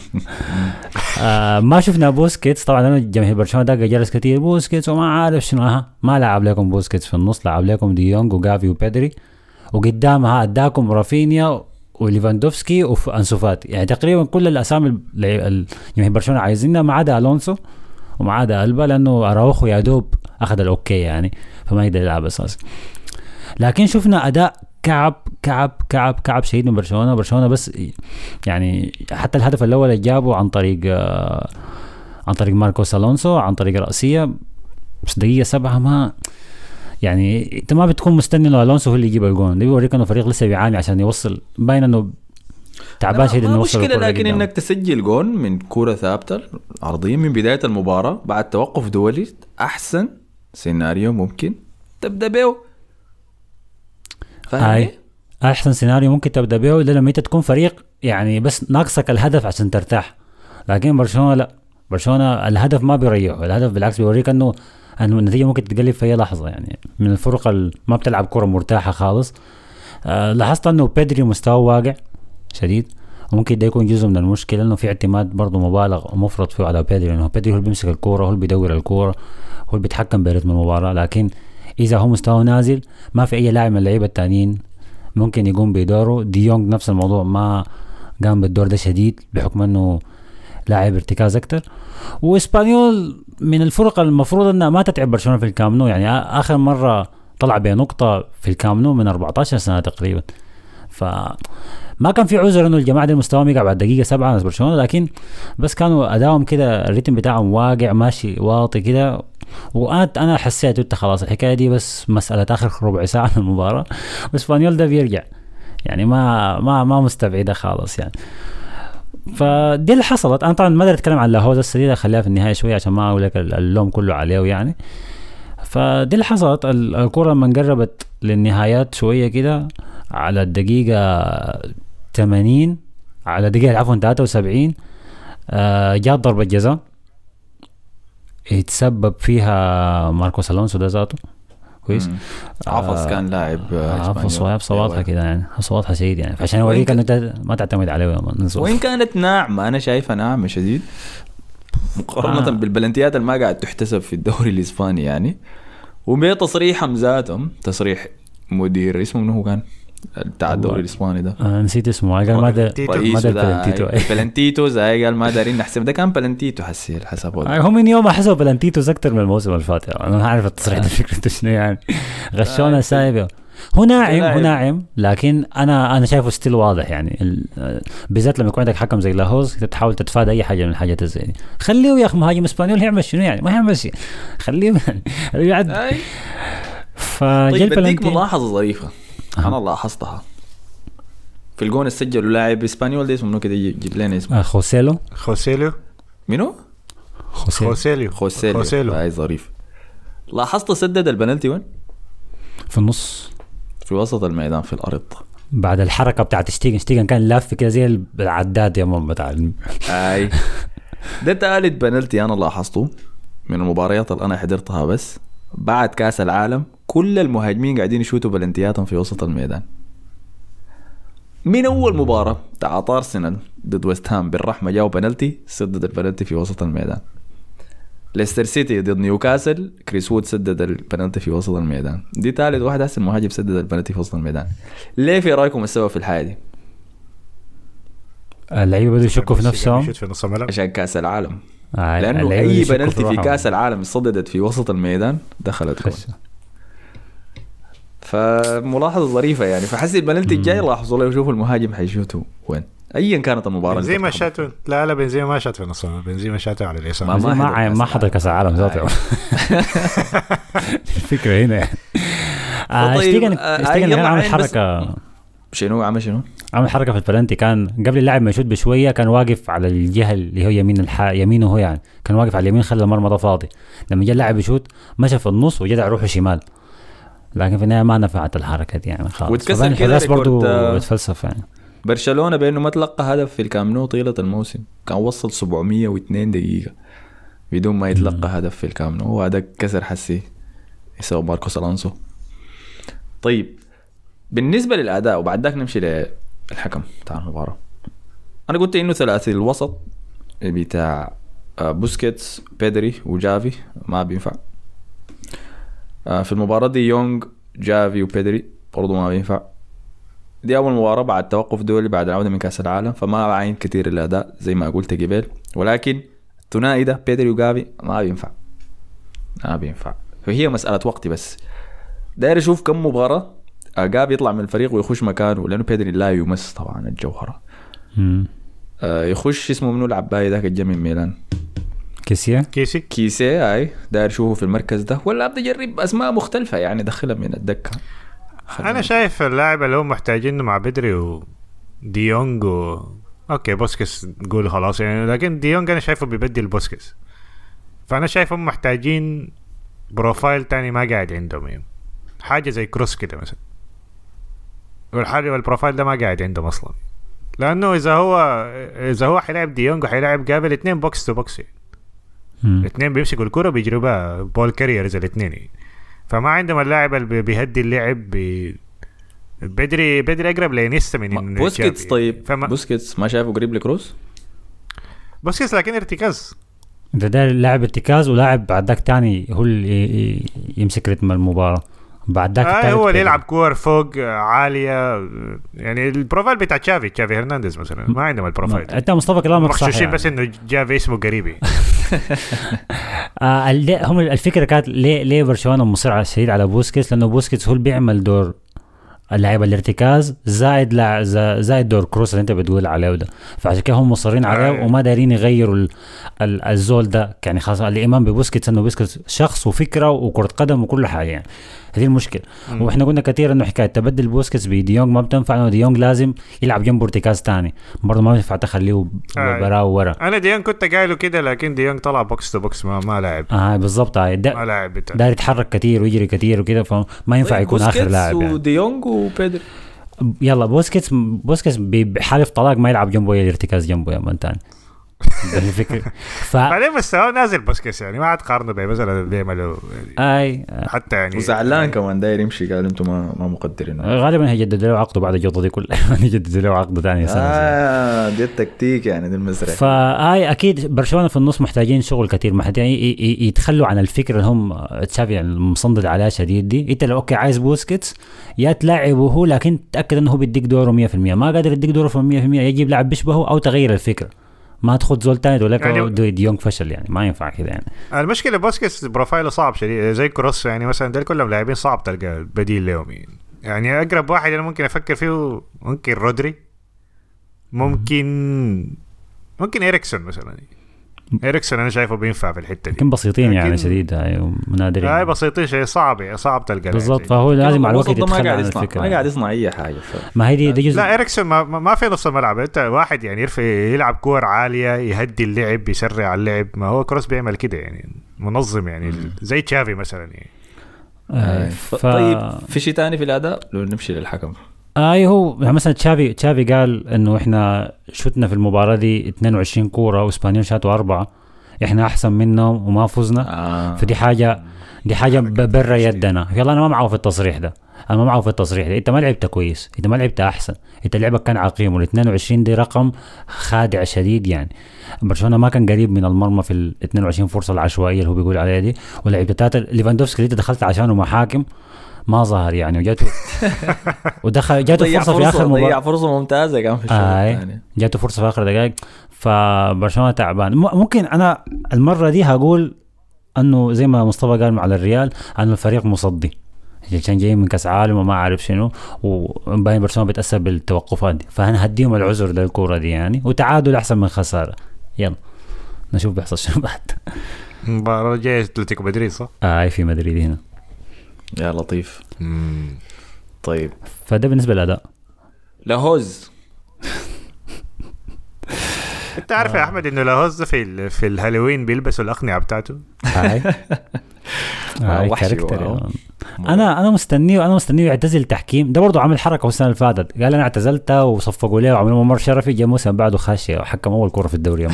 ما شفنا بوسكيتس. طبعا أنا جماهير برشلونة دقة جلس كتير بوسكيتس وما عارف شنو. ما لعب لكم بوسكيتس في النص، لعب لكم ديونج وغافي وبيدري، وقدامها اداكم رافينيا وليفاندوفسكي وأنسو فاتي. يعني تقريبا كل الأسامي جماهير برشلونة عايزينها ما عدا ألونسو وما عدا ألبا، لأنه أراوخو يا دوب أخذ الأوكي يعني فما يقدر يلعب أساسي. لكن شفنا أداء كعب شديد من برشلونة بس يعني حتى الهدف الأول اللي جابه عن طريق ماركوس ألونسو عن طريق رأسية بس دقيقة 7 ما يعني انت ما بتكون مستني انه ألونسو هو اللي يجيب الجون. ده بيوريك انه الفريق لسه بيعاني عشان يوصل، باين انه تعبان شديد انه يوصل مشكلة. لكن انك تسجل جون من كرة ثابتة عرضية من بداية المباراة بعد توقف دولي احسن سيناريو ممكن تبدأ به. هاي احسن سيناريو ممكن تبدا به لما انت تكون فريق يعني بس ناقصك الهدف عشان ترتاح. لكن برشلونه لا، برشلونه الهدف ما بيريحه، الهدف بالعكس بيوريك انه النتيجه ممكن تتقلب في اي لحظه. يعني من الفرق اللي ما بتلعب كره مرتاحه خالص. لاحظت انه بيدري مستواه واقع شديد، وممكن ده يكون جزء من المشكله انه في اعتماد برضه مبالغ ومفرط فيه على بيدري، لانه بيدري هو اللي بيمسك الكوره، هو اللي بيدور الكوره، هو اللي بيتحكم برتم المباراه. لكن اذا هو مستواه نازل ما في اي لاعب من اللعيبه الثانيين ممكن يقوم بدوره. ديونج نفس الموضوع ما قام بالدور ده شديد بحكم انه لاعب ارتكاز اكتر. واسبانيول من الفرق المفروض انها ما تتعب برشلونه في الكامب نو، يعني اخر مره طلع بنقطه في الكامب نو من 14 سنه تقريبا. فما كان في عذر انه الجماعه دي مستواهم يقع بعد دقيقه 7 ناس برشلونه، لكن بس كانوا ادائهم كده الريتم بتاعهم واقع ماشي واطي كده. وانا حسيت انت خلاص الحكايه دي بس مساله اخر ربع ساعه من المباراه، واسبانيول ده بيرجع يعني ما مستبعده خالص يعني. فدي اللي حصلت. انا طبعا ما اقدر اتكلم عن لاهوز السديده، خليها في النهايه شويه عشان ما اقول لك اللوم كله عليه يعني. فدي اللي حصلت. الكره لما قربت للنهايات شويه كده على الدقيقه 80 على دقيقه عفوا 73 جات ضربه جزاء يتسبب فيها ماركوس الونسو ده ذاته كويس. عفص كان لاعب عفص واضحه كده يعني، واضحه شديد يعني، عشان اوريك انه انت ما تعتمد عليه يا منصور. وين كانت ناعمه، انا شايفها ناعمه شديد مقارنه بالبلنتيات اللي ما قاعد تحتسب في الدوري الاسباني يعني. وبتصريحهم ذاتهم، تصريح مدير اسمه منه هو كان بتاع الدوري الاسباني ده نسيت اسمه، قال ما ده بلنتيتو زي قال ما دارين نحسب ده كان بلنتيتو حسي الحساب هو من يوم حسبوا بلنتيتو اكثر من الموسم اللي فات يعني. انا عارف التصريح ده فكرته شنو يعني، غشونا سايبه. هو ناعم لكن انا شايفه ستيل واضح يعني، بالذات لما يكون عندك حكم زي لاهوز تحاول تتفادى اي حاجه من الحاجات زي دي. خليه يا اخي مهاجم اسبانيول يعمل شنو يعني، ما يعمل شيء، خليه يعني طيب بديك ملاحظه ظريفه انا لاحظتها في الجون السجل لاعب اسبانيول ده اسمه كده، يجيب لنا اسمه خوسيلو منو خوسيلو هاي ظريف. لاحظت سدد البنالتي وين؟ في النص في وسط الميدان في الارض بعد الحركه بتاعت شتيغن كان لاف كده زي العداد يا ماما بتاع اي ده ثالث بنالتي انا لاحظته من المباريات اللي انا حضرتها. بس بعد كاس العالم كل المهاجمين قاعدين يشوتوا بلنتياتهم في وسط الميدان. من اول مباراه بتاع ارسنال ضد ويست هام بالرحمه جاوا بنالتي، سدد البنالتي في وسط الميدان. ليستر سيتي ضد نيوكاسل كريس وود سدد البنالتي في وسط الميدان. دي ثالث واحد احسن مهاجم سدد البنالتي في وسط الميدان. ليه في رايكم السبب في الحاجه دي؟ اللعيبه بدوا يشكوا في نفسهم عشان كاس العالم. لانه اي بنالتي في كاس العالم صددت في وسط الميدان دخلت جول. فملاحظه ظريفه يعني. فحسي البنالتي الجاي لاحظوا له وشوفوا المهاجم حيشوته وين ايا كانت المباراه. بنزيما شاتوا لا بنزيما ما شات في نص، بنزيما شاتوا على اليسار. ما حضر كاس العالم ذاته. الفكره هنا اشتيغن عمل حركه. شنو عمل حركه في البلنتي. كان قبل اللاعب ما يشوت بشويه كان واقف على الجهه اللي هو يمين يمينه هو يعني، كان واقف على اليمين خلى المرمى ده فاضي. لما جاء اللاعب يشوت مشى في النص وجدع روحه شمال، لكن في النهايه ما نفعت الحركه دي يعني خالص. وتكسر كده برضو اتفلسف يعني. برشلونه بانه ما تلقى هدف في الكامب نو طيله الموسم، كان وصل 702 دقيقه بدون ما يتلقى هدف في الكامب نو، وهذا كسر حسي يسوي ماركوس الونسو. طيب بالنسبه للاداء وبعد ذاك نمشي للحكم بتاع المباراه. انا قلت انه ثلاثي الوسط بتاع بوسكيتس بيدري وجافي ما بينفع في المباراه دي. يونغ جافي وبيدري برضو ما بينفع. دي اول مباراه بعد توقف دولي بعد العوده من كاس العالم، فما بعين كتير الاداء زي ما قلت قبل. ولكن الثنائي ده بيدري وجافي ما بينفع. فهي مساله وقت بس. داير اشوف كم مباراه جافي يطلع من الفريق ويخش مكانه، لانه بيدري لا يمس طبعا الجوهره. يخش اسمه منو العباية ذاك الجا من ميلان، كيسي هاي. داير شوفه في المركز ده ولا ابدا اجرب اسماء مختلفه يعني دخلها من الدكه. انا شايف اللاعب اللي هم محتاجينه مع بدري وديونج اوكي بوسكيس نقول خلاص يعني، لكن ديونج انا شايفه بيبدل بوسكيس. فانا شايفهم محتاجين بروفايل تاني ما قاعد عندهم يعني. حاجه زي كروس كده مثلا، والحاجه والبروفايل ده ما قاعد عندهم اصلا. لانه اذا هو حيلعب ديونج وحيلعب جابل اثنين بوكس تو بوكس، الاثنين بيمسكوا الكرة بيجروا بها بول كاريرز الاثنين، فما عندهم اللاعب اللي بيهدي اللعب. بدري اقرب لينيستا من بوسكيتس. طيب بوسكيتس ما شايفه قريب لكروس؟ بوسكيتس لكن ارتكاز، ده لاعب ارتكاز ولاعب بعد ذاك تاني هو اللي يمسك رتم المباراة. بعد ذاك هو اللي يلعب كور فوق عاليه يعني. البروفايل بتاع تشافي هرنانديز مثلا ما عندهم البروفايل. انت مصطفى كلامك صح يعني. بس انه جافي اسمه قريبي. هم الفكره كانت ليه برشلونه مصر شديد على بوسكيتس، لانه بوسكيتس هو اللي بيعمل دور اللاعب الارتكاز زائد دور كروس اللي انت بتقول عليه ده. فعشان كده هم مصرين عليه وما دارين يغيروا الزول ده. يعني خاصة الإيمان ببوسكيتس انه بوسكيتس شخص وفكرة وكرة قدم وكل حاجة يعني. هذه المشكلة. واحنا قلنا كثير انه حكاية تبدل بوسكيتس بديونج ما بتنفع، انه ديونج لازم يلعب جنبه ارتكاز تاني برضه، ما ينفع تخليه براه ورا. انا ديونج كنت قايله كده لكن ديونج طلع بوكس تو بوكس ما لاعب. بالضبط. ما لاعب داير يتحرك كثير ويجري كثير وكده، فما ينفع يكون اخر لاعب يعني. وديونج وبيدري يلا بوسكيتس بحالف طلاق ما يلعب جنبه الارتكاز جنبه يا مان تاني. الفكرة بعدين مستوى نازل بوسكيتس يعني ما عاد قارنه به مثلا بيعملوا يعني حتى يعني وزعلان كمان داير يمشي، قال انتم ما مقدرين. غالبا هيجدد له عقده بعد الجوطه دي كلها. هيجدد له عقده ثاني سنه. دي التكتيك يعني، دي المزرعه. فهاي اكيد برشلونه في النص محتاجين شغل كتير، محتاجين يتخلوا عن الفكره اللي هم تشافي يعني المصندد عليها شديد دي. انت لو اوكي عايز بوسكيتس يا تلاعبه هو، لكن تاكد انه هو بيديك دوره 100%. ما قادر يديك دوره 100%، يجيب لاعب بيشبهه او تغير الفكره. ما تاخذ زول تاني تقول لك يعني ديونج فشل يعني، ما ينفع كده يعني. المشكله بوسكيتس بروفايله صعب شديد زي كروس يعني مثلا، دول كلهم لاعبين صعب تلقى بديل لهم يعني. اقرب واحد انا ممكن افكر فيه ممكن رودري، ممكن إيريكسون مثلا. إيريكسون أنا شايفه بينفع في الحتة دي، لكن بسيطين يعني شديد هاي منادرين. هاي بسيطين شيء صعب تلقى بالضبط. فهو لازم مع الوقت يتخلى عن الفكرة، ما قاعد يصنع أي حاجة. ما هي دي جزء. لا إيريكسون ما في نص الملعب. أنت واحد يعني يلعب كور عالية، يهدي اللعب، يسرع اللعب. ما هو كروس بيعمل كده يعني، منظم يعني زي تشافي مثلا يعني. طيب في شيء تاني في الأداء لو نمشي للحكم؟ هو مثلا تشافي قال انه احنا شتنا في المباراة دي 22 كورة واسبانيول شاتوا 4، احنا احسن منهم وما فزنا. فدي حاجة برا يدنا. يلا انا ما معه في التصريح ده، انت ما لعبت كويس، انت ما لعبت احسن، انت لعبك كان عقيم. وال 22 دي رقم خادع شديد يعني. برشلونة ما كان قريب من المرمى في ال 22 فرصة العشوائية اللي هو بيقول عليها دي. ولعبتات ليفاندوفسكي اللي انت دخلت عشانه محاكم ما ظهر يعني، وجاته فرصة في آخر مباراة، ضيع فرصة ممتازة كان في الشوط الثاني، جاته فرصة في آخر دقائق. فبرشلونة تعبان. ممكن أنا المرة دي هقول أنه زي ما مصطفى قال على الريال، أنه الفريق مصدي عشان جاي من كأس عالم وما عارف شنو، وباين برشلونة بتأثر بالتوقفات دي. فأنا هديهم العذر للكورة دي يعني، وتعادل أحسن من خسارة. يلا نشوف بيحصل شنو بعد. مباراة جاية أتلتيكو مدريد صح؟ في مدريد هنا. يا لطيف. طيب فده بالنسبة للأداء. لاهوز انت عارف يا احمد انه لاهوز في الهالوين بيلبسوا الاقنعه بتاعته. كاركتر. انا مستنيه يعتزل تحكيم. ده برضه عمل حركه السنه اللي فاتت، قال انا اعتزلت وصفقوا له وعملوا ممر شرفي، جاء موسم بعده خاشي وحكم اول كره في الدوري.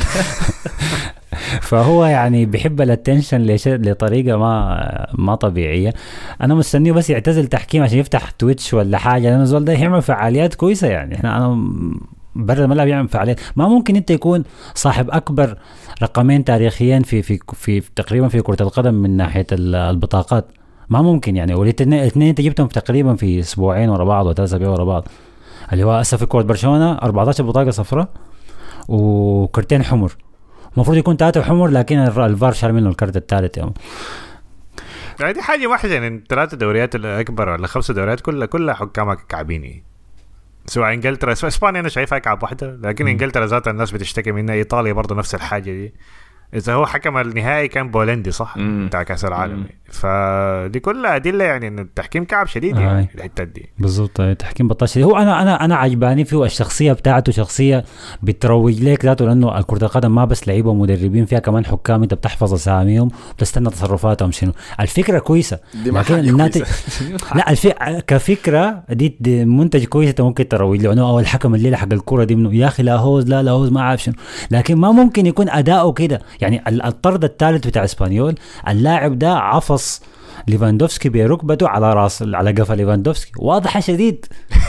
فهو يعني بيحب الاتنشن لطريقه ما طبيعيه. انا مستنيه بس يعتزل تحكيم عشان يفتح تويتش ولا حاجه، لانه الزول ده يعمل فعاليات كويسه يعني. انا برا الملعب يعمل فعاليات. ما ممكن انت يكون صاحب اكبر رقمين تاريخيين في تقريبا في كرة القدم من ناحية البطاقات، ما ممكن يعني. والاثنين انت جبتهم تقريبا في اسبوعين ورا بعض و3 اسابيع ورا بعض، اللي هو اسف في كرة برشلونة 14 بطاقة صفراء وكرتين حمر. المفروض يكون 3 حمر، لكن الفار شال منه الكرت الثالث يعني. دي حاجة واحدة يعني. 3 دوريات الأكبر ولا 5 دوريات كلها حكامك كعبيني، سواء انجلترا اسبانيا انا شايفها كعب واحده، لكن انجلترا ذات الناس بتشتكي منها. ايطاليا برضه نفس الحاجه دي. اذا هو حكم النهائي كان بولندي صح بتاع كاس العالم. فدي كلها ادله يعني ان التحكيم كعب شديد يعني في الحته دي. بالضبط التحكيم بطاش. هو انا عجباني فيه الشخصيه بتاعته، شخصيه بتروج لك ذاته، لانه كرة القدم ما بس لعيبه ومدربين، فيها كمان حكام انت بتحفظ اساميهم وبتستنى تصرفاتهم شنو. الفكره كويسه لكن الناتج لا كفكره دي منتج كويس انت ممكن تروج له، انه الحكم الليله حق الكره دي منه يا اخي لاهوز ما عارف شنو. لكن ما ممكن يكون اداؤه كده يعني. الطرد الثالث بتاع اسبانيول، اللاعب ده عفص ليفاندوفسكي بركبته على قفا ليفاندوفسكي، واضحه شديد.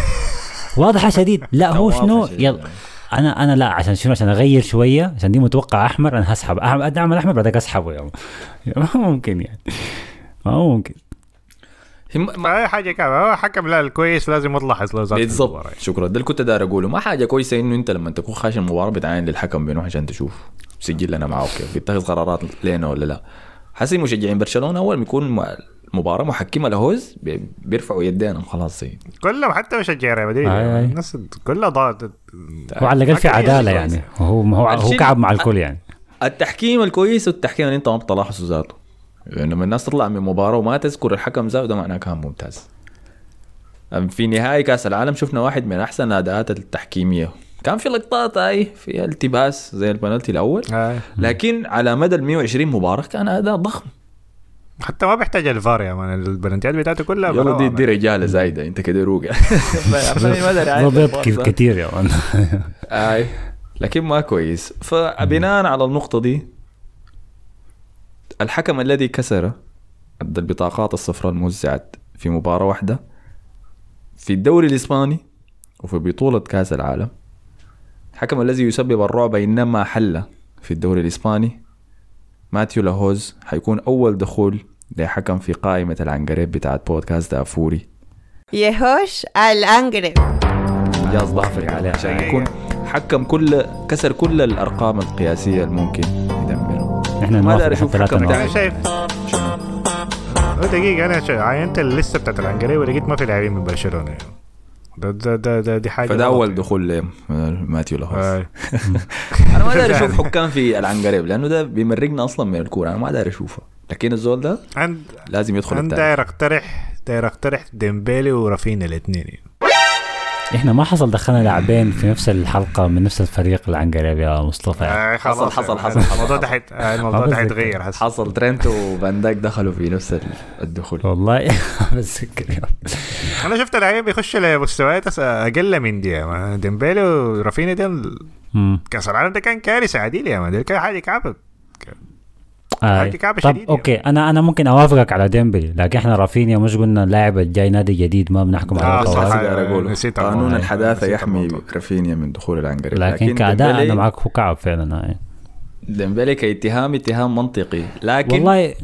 لا هو شنو يلا انا لا عشان شنو، عشان اغير شويه، عشان دي متوقع احمر انا هسحب ادعم الاحمر بعدك اسحبه يعني. ما ممكن يعني، ما ممكن. ما حاجه كمان حكم لا الكويس لازم يطلع بالضبط. شكرا. ده اللي كنت داير اقوله. ما حاجه كويسه انه انت لما تكون خاشن المباراه بتعاين للحكم بينه عشان تشوف سجل لنا معه كيف بيتخذ قرارات لنا ولا لا. حسي مشجعين برشلونه اول بيكون المباراه محكمه لهوز بيرفعوا يدينهم خلاص زي كلهم حتى مشجعي ريال مدريد الناس كلها ضاغط. هو على الاقل في عداله يعني هو كعب مع الكل يعني. التحكيم الكويس والتحكيم اللي انت ما بتلاحظه ذاته يعني لما الناس تطلع من مباراه وما تذكر الحكم ذاته ده معناه كان ممتاز. في نهائي كاس العالم شفنا واحد من احسن الاداءات التحكيميه كان في لقطات فيها التباس زي البنالتي الاول لكن على مدى 120 مباراه كان اداء ضخم حتى ما بيحتاج الفار يا مان. البلنتيات بتاعته كلها يلا دي رجاله زايده انت كده روق ضبط كتير يا مان. لكن ما كويس. فبناء على النقطه دي الحكم الذي كسر البطاقات الصفراء الموزعت في مباراه واحده في الدوري الاسباني وفي بطوله كاس العالم، الحكم الذي يسبب الرعب انما حل في الدوري الاسباني ماتيو لاهوز حيكون اول دخول لحكم في قائمة العنقريب بتاعت بودكاست دافوري. يهوش العنقريب جاز ضافري عليه عشان يكون حكم كسر كل الأرقام القياسية الممكن يدمره. ما داري أشوف حكم أنا شايف دقيقة أنا عينت الليستة بتاعت العنقريب ولقيت ما في لاعبين من برشلونة. دي حاجة فده أول دخول ماتيو لاهوز. أنا ما داري أشوف حكام في العنقريب لأنه ده بيمرقنا أصلا من الكورة. أنا ما داري أشوفه لكن الزول ده لازم يدخل التاريخ. داير اقترح ديمبيلي ورافينيا الاثنين. احنا ما حصل دخلنا لاعبين في نفس الحلقه من نفس الفريق العنقريب يا مصطفى. حصل الموضوع ده حيتغير. حصل ترينت وفانداك دخلوا في نفس الدخول والله. بتذكر انا شفت لاعبين بيخش لمستويات اقل من دي. ديمبيلي ورافينيا ده كاس العالم ده كان كارثه عديله يا مان. كان حاجه كعبه. طب اوكي انا ممكن اوافقك على ديمبلي لكن احنا رافينيا مش قلنا اللاعب الجاي نادي جديد ما بنحكم على القواعد. قانون الحداثه يحمي رافينيا من دخول العنقريب لكن كأداء انا معك هو كعب فعلا. ديمبلي اتهام منطقي لكن والله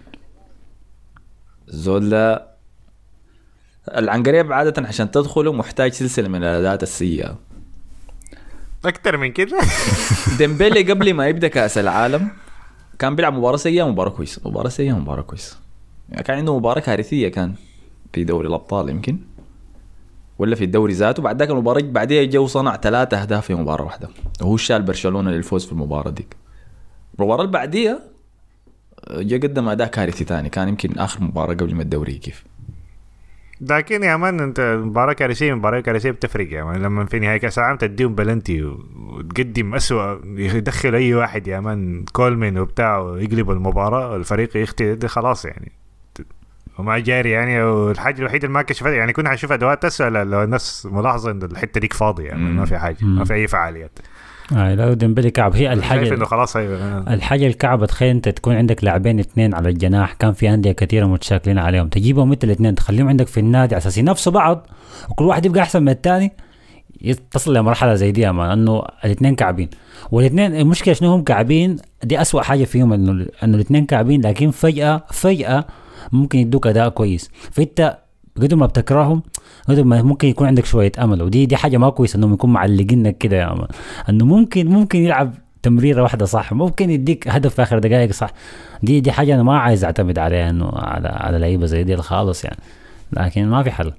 زول العنقريب عاده عشان تدخله محتاج سلسله من الاداءات السيئه اكتر من كده. ديمبلي قبل ما يبدا كاس العالم كان بيلعب مباراة سيئة مباراة كويسة يعني كان عنده مباراة كارثية كان في دوري الأبطال يمكن ولا في الدوري ذاته. بعد ذاك المباراة بعدها جو صنع 3 أهداف في مباراة واحدة وهو شال برشلونة للفوز في المباراة ديك. المباراة اللي بعديها جا قدم أداء كارثي تاني كان يمكن آخر مباراة قبل ما الدوري كيف. لكن يا مان انت مباراة كارثية بتفرق يا مان. لما في نهاية كاس العالم تديهم بلنتي وتقدم أسوأ يدخل أي واحد يا مان كولمين وبتاعه يقلب المباراة الفريق يختي خلاص يعني وما جاري يعني. والحاجة الوحيدة اللي ما كشفت يعني كنا هنشوف أدوات أسوأ لو الناس ملاحظة إن الحتة ديك فاضية يعني ما في حاجة ما في أي فعاليات. لو ديمبلي كعب هي الحاجة إنه خلاص الحاجة الكعبة. تخيل أنت تكون عندك لاعبين 2 على الجناح كان في أندية كثيرة متشاكلين عليهم تجيبهم مثل 2 تخليهم عندك في النادي على أساس ينافسوا بعض وكل واحد يبقى أحسن من الثاني يتصل لمرحلة زي دي أما أنه 2 كعبين. والاثنين المشكلة شنو هم كعبين دي أسوأ حاجة فيهم أنه 2 كعبين لكن فجأة ممكن يدوك أداء كويس. فأنت قدر ما بتكرههم قدر ما ممكن يكون عندك شوية أمل ودي حاجة ما كويس أنهم يكون معلقينك كده يا أمان. أنه ممكن يلعب تمريرة واحدة صح ممكن يديك هدف في آخر دقائق صح. دي حاجة أنا ما عايز أعتمد عليها إنه على لعيبة زي دي خالص يعني. لكن ما في حل.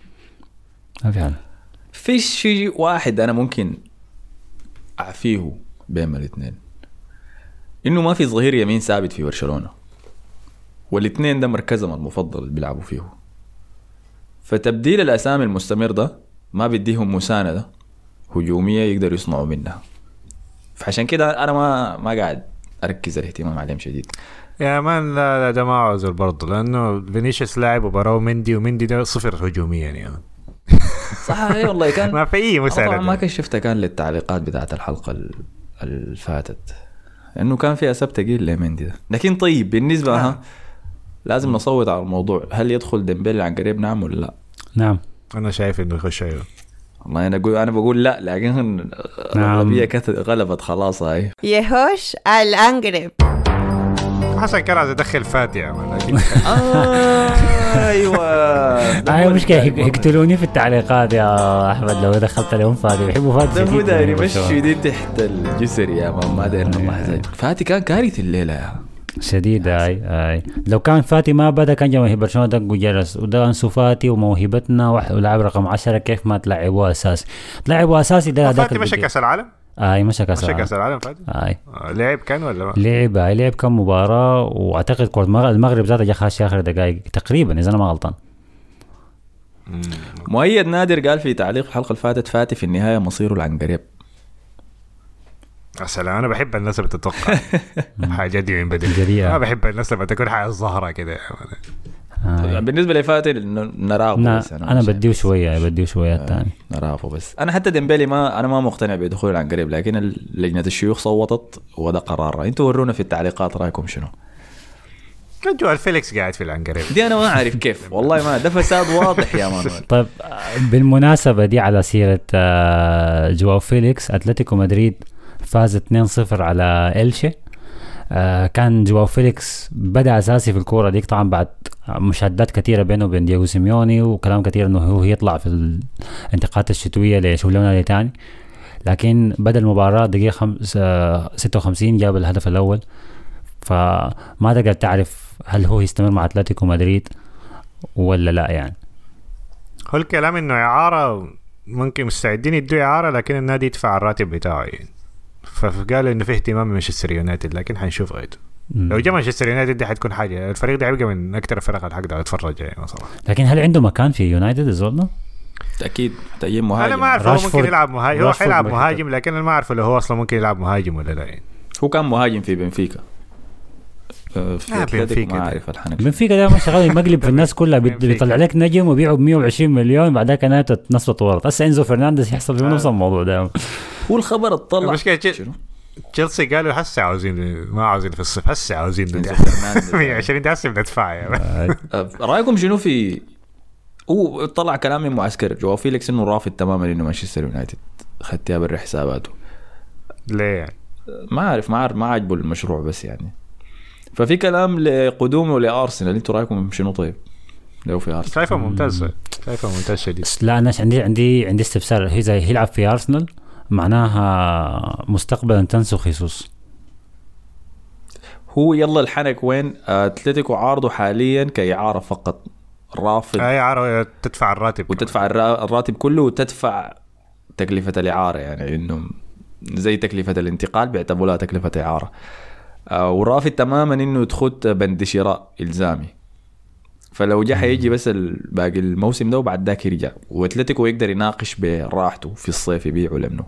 في شيء واحد أنا ممكن أعفيه بين الاثنين إنه ما في ظهير يمين ثابت في برشلونة والاثنين ده مركزهم المفضل اللي بيلعبوا فيه. فتبديل الأسامي المستمر ده ما بديهم مساندة هجومية يقدروا يصنعوا منها. فعشان كده أنا ما قاعد أركز الاهتمام عليهم شديد يا مان. لا ده ما عذر برضه لأنه فينيسيوس لاعب وبراو مندي ده صفر هجوميا يعني. صح والله كان ما في أي مساندة. ما كشفتها كان للتعليقات بتاعت الحلقة الفاتت لأنه كان فيها سبت تقيل لمندي ده. لكن طيب بالنسبة لازم نصوت على الموضوع هل يدخل ديمبلي عن قريب نعم ولا لا؟ نعم أنا شايف إنه يخش. أيوه والله أنا بقول لا لكن الأغلبية غلبت خلاص. هاي يهوش العنقريب حسن كراز يدخل فاتي لكن ايوه مشكلة يقتلوني في التعليقات يا أحمد لو دخلت لهم فاتي بيحبوا فاتي ده مو داير يمشي دي تحت الجسر يا ما داير نمح زي فاتي كان كارثي الليلة يا شديدة. اي لو كان فاتي ما بدا كان جا برشلونة دق وجرس، وده أنسو فاتي وموهبتنا ولاعب رقم 10 كيف ما تلعبوه أساسي. تلعبوا أساسي ده فاتي مشى كأس العالم. مشى كأس العالم فاتي. لعب كان ولا ما؟ لعب كم مباراة، واعتقد كرة المغرب ذاته جا خاش آخر دقائق تقريبا إذا أنا ما غلطان. مؤيد نادر قال في تعليق الحلقة اللي فاتت فاتي في النهاية مصيره العنقريب. السلام. أنا بحب الناس اللي بتتوقع حاجات دي من بدري. ما بحب الناس لما تكون حاجة ظاهرة كده. بالنسبة لي فاتي نراقبه بس. أنا بديه شوية الثاني نراقبه بس. أنا حتى ديمبلي أنا ما مقتنع بدخول العنقريب، لكن لجنة الشيوخ صوتت وده قرارها. أنتوا ورونا في التعليقات رأيكم شنو. جوال فيليكس قاعد في العنقريب دي أنا ما أعرف كيف والله، ما ده فساد واضح يا مانويل. طيب بالمناسبة دي على سيرة جواو فيليكس، أتلتيكو مدريد فاز 2-0 على إلشي. كان جواو فيليكس بدأ أساسي في الكورة ديك طبعا بعد مشادات كثيرة بينه وبين دييغو سيميوني وكلام كثير إنه هو يطلع في الانتقالات الشتوية لشغلنا تاني، لكن بدأ المباراة دقيقة 56 جاب الهدف الأول. فما تقدر تعرف هل هو يستمر مع أتلتيكو مدريد ولا لا. يعني هو الكلام إنه إعارة، ممكن مستعدين يدوا إعارة لكن النادي يدفع الراتب بتاعه يعني. فقالوا إنه فيه اهتمام من مانشستر يونايتد، لكن حنشوف غيره. لو جاء مانشستر يونايتد دي حتكون حاجة. الفريق ده هيبقى من أكتر الفرق اللي حقدر أتفرج يعني صراحة. لكن هل عنده مكان في يونايتد الزولنا؟ أكيد تأيين مهاجم. أنا ما أعرف هو ممكن يلعب مهاجم. هو حيلعب مهاجم، لكن أنا ما أعرف لو هو أصلا ممكن يلعب مهاجم ولا لا يعني. هو كان مهاجم في بنفيكا. بنفيكا ما أعرف الحنك. بنفيكا ده ما شغال مقلب في الناس كلها، بيطلع لك نجم وبيعه ب120 مليون بعدها كانت نص طورت. هسه إنزو فرنانديز يحصل في نفس الموضوع ده. هو الخبر اطلع تشيلسي قالوا هسه عاوزين، ما عاوزين في الصيف، هسه عاوزين 120 ده هسه بندفع يعني. رأيكم شنو في هو طلع كلام من معسكر جواو فيليكس انه رافض تماما انه مانشستر يونايتد خدتها برا حساباته. ليه يعني؟ ما اعرف ما عجبه المشروع بس يعني. ففي كلام لقدومه لارسنال، انتوا رايكم شنو؟ طيب لو في ارسنال شايفه ممتاز شديد. لا انا عندي استفسار. هي زي يلعب في ارسنال معناها مستقبلا تنسو خيسوس. هو يلا الحنك وين؟ اتلتيكو عارضه حاليا كإعارة فقط، رافض. إعارة تدفع الراتب وتدفع الراتب كله وتدفع تكلفة الإعارة، يعني إنه زي تكلفة الانتقال بيعتبروا لها تكلفة إعارة. ورافض تماما إنه تخد بند شراء إلزامي. فلو جاء حيجي بس باقي الموسم ده وبعد ذاك يرجع، واتلتيكو يقدر يناقش براحته في الصيف يبيعوا لمنه.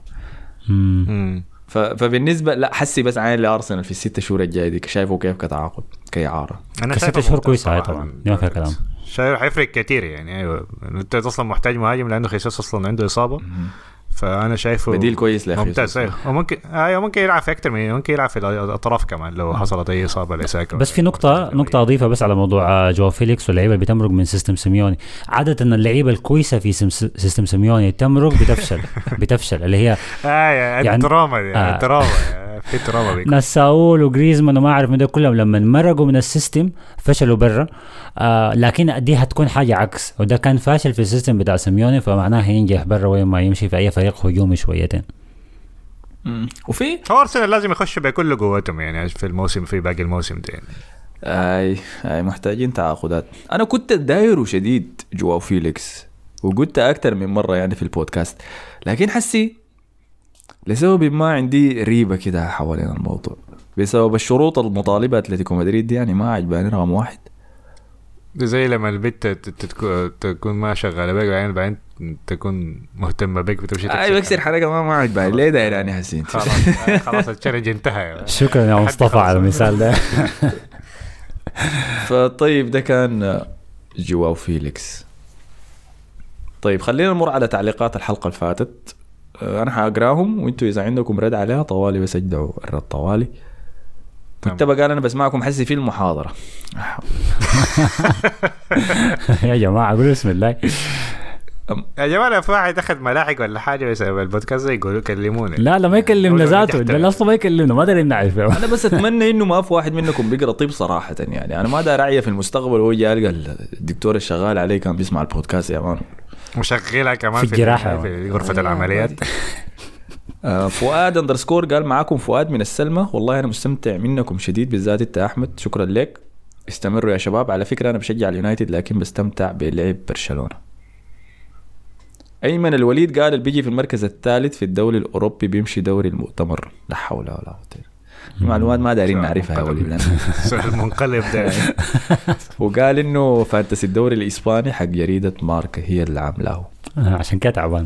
فبالنسبه لا حسي بس عين لارسنال في ال6 شهور الجايه دي شايفه كيف كتعاقد كإعارة. انا 6 شهور كويسه طبعا ما فيها كلام. شايف حيفرق كتير يعني. ايوه انت اصلا محتاج مهاجم لانه خيسوس اصلا عنده اصابه. فانا شايفه بديل كويس ممتاز. وممكن ممكن يلعب في اكثر من، ممكن يلعب في الاطراف كمان لو حصلت اي اصابه لساكا. بس في نقطه اضيفها بس على موضوع جواو فيليكس واللعيبه اللي بتمرق من سيستم سيميوني. عاده ان اللعيبه الكويسه في سيستم سيميوني تمرق بتفشل اللي هي يعني الدراما في دراما ناس ساول وغريزمان وما اعرف من ده كلهم لما مرقوا من السيستم فشلوا برا. لكن دي هتكون حاجه عكس، وده كان فاشل في السيستم بتاع سيميوني فمعناه هينجح برا وين ما يمشي في اي فريق هجومي شويتين. وفي أرسنال لازم يخش بكل قوتهم يعني في الموسم، في باقي الموسم ده يعني. اي محتاجين تعاقدات. انا كنت دايره شديد جواو فيليكس وقلت اكتر من مره يعني في البودكاست، لكن حسي لسبب ما عندي ريبه كده حوالين الموضوع بسبب الشروط المطالبه اتلتيكو مدريد دي، يعني ما عجباني رقم واحد. زي لما البنت تكون ما شغاله بك يعني بعدين تكون مهتمه بك بتمشي بكسر حركه ما عجباني. ليه ده يعني حسين؟ خلاص التشالنج انتهى. شكرا يا مصطفى على المثال ده. فطيب ده كان جواو فيليكس. طيب خلينا نمر على تعليقات الحلقه اللي فاتت. انا حاقراهم وانتوا اذا عندكم رد عليها طوالي بس اجدعوا الرد طوالي. كنت بقى انا بسمعكم حسي في المحاضره. يا جماعه قولوا بسم الله. يا جماعه في واحد اخذ ملاحق ولا حاجه بسبب البودكاست يقولوا كلمونا. لا ما يكلمنا ذاته، ده اصلا ما يكلمنا، ما دارين نعرف. انا بس اتمنى انه ما في واحد منكم بيقرا طب صراحه يعني. انا ما دار اعيه في المستقبل وهو جاي القى الدكتور الشغال عليه كان بيسمع البودكاست يا مان مشغلها كمان في الجراحه في غرفه العمليات. فؤاد اندرسكور قال معاكم فؤاد من السلمة، والله أنا مستمتع منكم شديد بالذات أنت أحمد، شكرا لك، استمروا يا شباب. على فكرة أنا بشجع اليونايتد لكن بستمتع بلعب برشلونة. أيمن الوليد قال اللي بيجي في المركز الثالث في الدوري الأوروبي بيمشي دوري المؤتمر. لا حول ولا قوة. معلومات ما دارين نعرفها يا وليد. سؤال منقلب ده. وقال إنه فانتسي الدوري الإسباني حق جريدة ماركا هي اللي عاملاه عشان كده تعبان.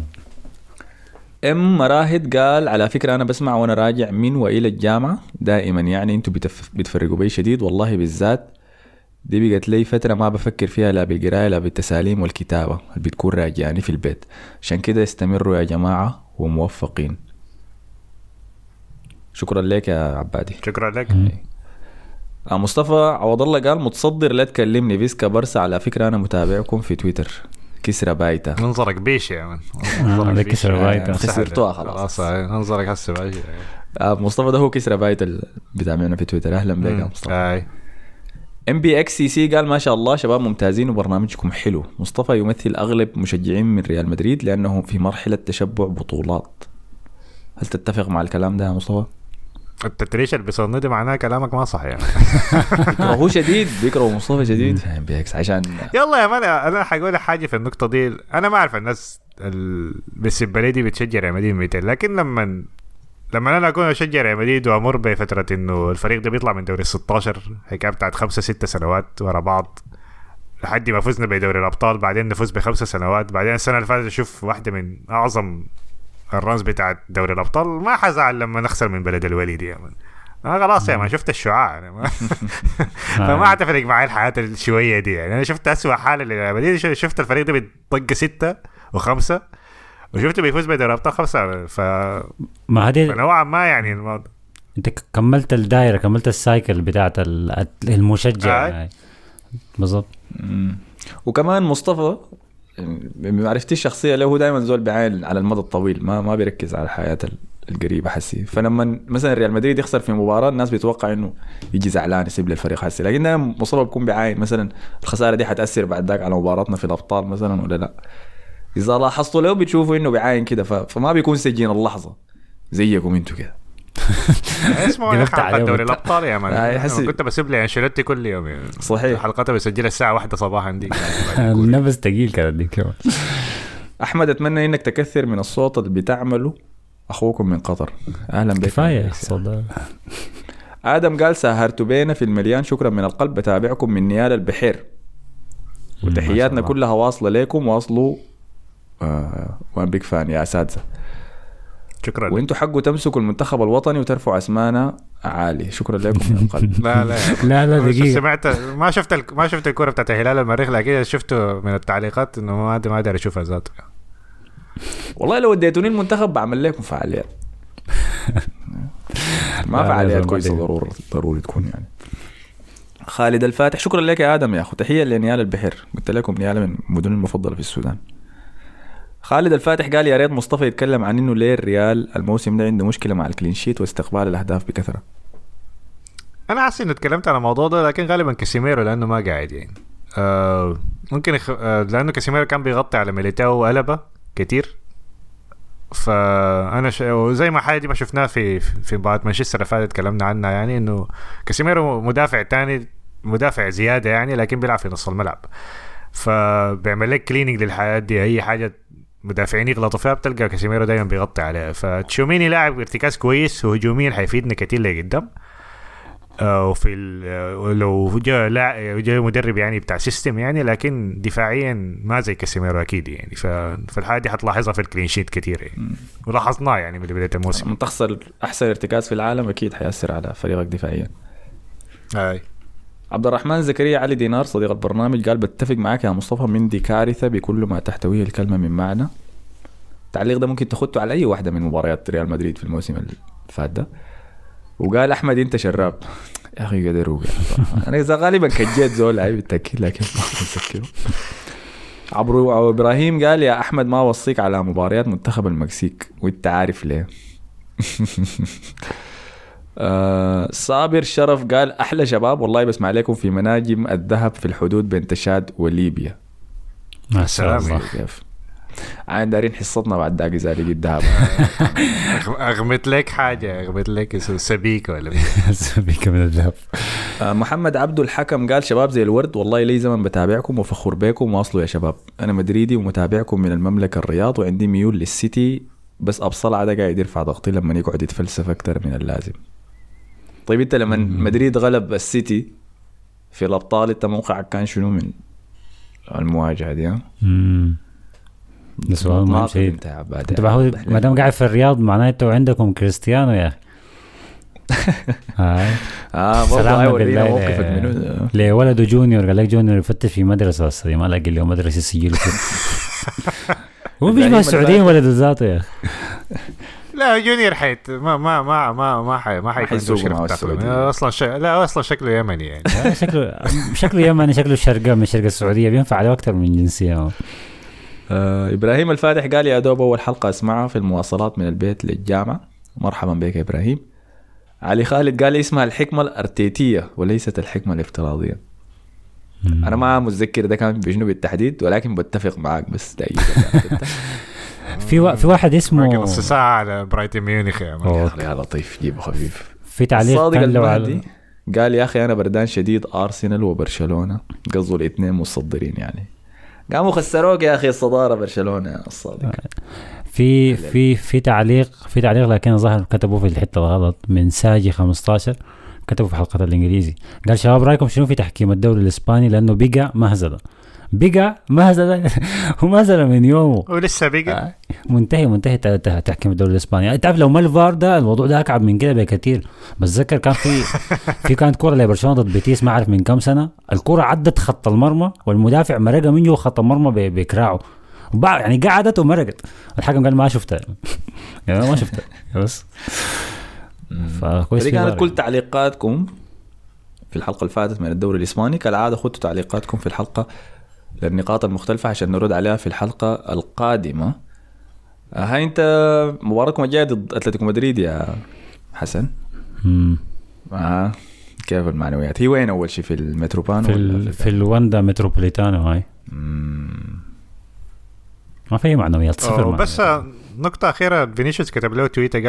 مراهد قال على فكرة أنا بسمع وأنا راجع من وإلى الجامعة دائما، يعني أنتوا بتفرقوا بي شديد والله، بالذات دي بقت لي فترة ما بفكر فيها لا بالقراءة لا بالتساليم والكتابة اللي بتكون راجعني في البيت. عشان كده استمروا يا جماعة وموفقين. شكرا لك يا عبادي. شكرا لك. مصطفى عوض الله قال متصدر لا تكلمني فيسكا برسا، على فكرة أنا متابعكم في تويتر. كسرة بايتة. ننظرك بيش يا من. ده كسرة بايتة. خسرتوها خلاص. ننظرك هسه بايش. مصطفى ده هو كسرة بايتة بتابعنا في تويتر. أهلا بك يا مصطفى. MBXCC قال ما شاء الله شباب ممتازين وبرنامجكم حلو. مصطفى يمثل أغلب مشجعين من ريال مدريد لأنهم في مرحلة تشبع بطولات. هل تتفق مع الكلام ده يا مصطفى؟ التتريش اللي بيصنع دي معناه كلامك ما صح يعني. بيكرهه شديد، بيكرهه مصطفى شديد MBX عشان يلا يا مان. أنا حقول حاجة في النقطة دي. أنا ما أعرف الناس بس البلدي بتشجع ريال مدريد 200، لكن لما انا اكون اشجع ريال مدريد وامر بفتره انه الفريق ده بيطلع من دوري 16 حكايه بتاعت 5-6 سنوات ورا بعض لحد ما فزنا بدوري الابطال، بعدين نفوز ب5 سنوات، بعدين السنه اللي فاتت اشوف واحده من اعظم الرانز بتاعت دوري الابطال، ما حزعل لما نخسر من بلد الوليد يا من. خلاص يا ما شفت الشعاع يعني فما هتفرق معي الحياه الشويه دي يعني. انا شفت اسوأ حاله لريال مدريد، شفت الفريق ده بيطق 6 و5 وشفته بيفوز بدوري الابطال 5. ما هذه نوعا ما يعني الموضوع. انت كملت الدائره، كملت السايكل بتاعت المشجع بالضبط. وكمان مصطفى معرفتي الشخصيه له، هو دائما زول بعين على المدى الطويل، ما بيركز على الحياه القريبه حسي. فلما مثلا ريال مدريد يخسر في مباراه الناس بيتوقع انه يجي زعلان يسيب للفريق حسي، لكن مصطفى بيكون بعين مثلا الخساره دي حتاثر بعد ذاك على مباراتنا في الابطال مثلا ولا لا. إذا لاحظتوا له بتشوفوا إنه بعاين كده، فما بيكون سجين اللحظة زيكم أنتوا كده. اسمه يا حلقة دوري الأبطال يا مان. كنت بسيب لي أنشيلوتي كل يوم يعني. صحيح. حلقاته بسجلها الساعة 1 صباحا دي. النفس تقيل كانت ديك. أحمد أتمنى إنك تكثر من الصوت اللي بتعمله أخوكم من قطر. أهلا بك. كفاية صدق. آدم قال ساهرتوا بينا في المليان، شكرا من القلب، بتابعكم من نيال البحير وتحياتنا كلها واصلة لكم، واصلوا وان بيك فان يا اساتذه. شكرا. وانتوا حقوا تمسكوا المنتخب الوطني وترفعوا اسمانا عالي. شكرا لكم من القلب. لا دقيقه. سمعت ما شفت الكره بتاعت الهلال المريخ، لكن شفته من التعليقات انه ما ادري اشوفها ذاته. والله لو اديتوني المنتخب بعمل لكم فعاليات. ما فعاليات كويسه ضروري تكون يعني. خالد الفاتح شكرا لك يا ادم يا اخو، تحيه لنيال البحير، قلت لكم نيال من المدن المفضله في السودان. خالد الفاتح قال يا ريت مصطفى يتكلم عن انه ليه الريال الموسم ده عنده مشكله مع الكلين شيت واستقبال الاهداف بكثره. انا حاسس اني اتكلمت عن الموضوع ده، لكن غالبا كاسيميرو لانه ما قاعد يعني. ممكن لانه كاسيميرو كان بيغطي على ميليتاو وقلبه كتير. فانا وزي ما حاجه دي ما شفناه في مباراه مانشستر اللي فاتت تكلمنا عنها، يعني انه كاسيميرو مدافع تاني، مدافع زياده يعني، لكن بيلعب في نص الملعب، فبيعمل لك كليننج للحياه دي. اي حاجه مدافعين يغلطوا فيها بتلقى كاسيميرو دايما بيغطي عليها. فتشوميني لاعب ارتكاز كويس وهجوميا حيفيدنا كتير لقدام. وفي لو جاء مدرب يعني بتاع سيستم يعني، لكن دفاعيا ما زي كاسيميرو اكيد يعني. فالحاجه دي حتلاحظها في الكلين شيت كتير يعني، ولاحظناه يعني من بدايه الموسم. من تخسر احسن ارتكاز في العالم اكيد حيأثر على فريقك دفاعيا. عبد الرحمن زكريا علي دينار صديق البرنامج قال بتفق معك يا مصطفى، من دي كارثه بكل ما تحتويه الكلمه من معنى. التعليق ده ممكن تاخده على اي واحده من مباريات ريال مدريد في الموسم اللي فات ده. وقال احمد انت شراب يا اخي قدر. انا اذا غالبا كجيت زول عيب التاكيد، لكن ما مسكره. عبرو ابراهيم قال يا احمد ما وصيك على مباريات منتخب المكسيك وانت عارف ليه. صابر شرف قال احلى شباب والله، بسمع عليكم في مناجم الذهب في الحدود بين تشاد وليبيا. السلام عين دارين حصتنا بعد داقي زالي الذهب. اغمت لك حاجه، اغمت لك سبيكه ولا سبيكه من الذهب. محمد عبدو الحكم قال شباب زي الورد والله لي زمن بتابعكم وفخور بكم واصلوا يا شباب. انا مدريدي ومتابعكم من المملكه الرياض وعندي ميول للسيتي، بس ابصل عاده قاعد يرفع ضغطي لما يقعد يتفلسف اكثر من اللازم. طيب انت لما مدريد غلب السيتي في الابطال انت موقعك كان شنو من المواجهه دي؟ ده سؤال مهم شيء. انت ما دام قاعد في الرياض معناته عندكم كريستيانو يا اخي. والله ورينا موقفك منو ليه ولده جونيور قال لك جونيور يفتش في مدرسه اصلا ما لاقي له مدرسه يسجله فيه. هو بيجمع السعوديين ولده ذاته يا اخي. لا جونيور حيت ما حيسوق مع السعوديه اصلا. لا اصلا شكله يمني يعني. شكله يمني، شكله شرقاء من شرق السعوديه، بينفع عليه اكثر من جنسيه. إبراهيم الفاتح قال يا دوب أول حلقة أسمعها في المواصلات من البيت للجامعة. مرحبا بك يا إبراهيم. علي خالد قال اسمها الحكمة الأرتيتية وليست الحكمة الافتراضية. أنا ما متذكر ده كان بشنو بالتحديد ولكن بتفق معك بس دقيقة. في واحد اسمه نص ساعة على برايتن ميونخ يا لطيف جيبه خفيف. في تعليق صادق المهدي قال يا أخي أنا بردان شديد أرسنال وبرشلونة، قصدوا الاثنين مصدرين يعني قاموا خسروك يا اخي الصداره برشلونه يا الصادق. في تعليق لكن ظهر كتبوه في الحته الغلط من ساجي 15 كتبوا في حلقه الانجليزي قال شباب رايكم شنو في تحكيم الدوري الاسباني لانه بقى مهزله ومهزله من يومه ولسه بقى منتهي تحكيم الدوري الاسباني. تعرف لو ما الفار ده الموضوع ده اكعب من كده بكثير. بتذكر كان في كانت كوره لبرشلونه ضد بيتيس ما اعرف من كم سنه، الكوره عدت خط المرمى والمدافع مرقه من جوا خط المرمى بكراعه يعني قعدت ومرقت. الحكم قال ما شفتها يعني ما شفتها بس. فكويس. دي كانت كل تعليقاتكم في الحلقه اللي فاتت من الدوري الاسباني. كالعاده خدوا تعليقاتكم في الحلقه للنقاط المختلفه عشان نرد عليها في الحلقه القادمه. هاي انت مباراتكم الجايه ضد اتلتيكو مدريد يا حسن. كيف المعنويات؟ هي وين اول شيء في المتروبانو في الواندا متروبوليتانو هاي ما في معنويات صفر. بس نقطة أخيرة فينيسيوس كتب له تويتر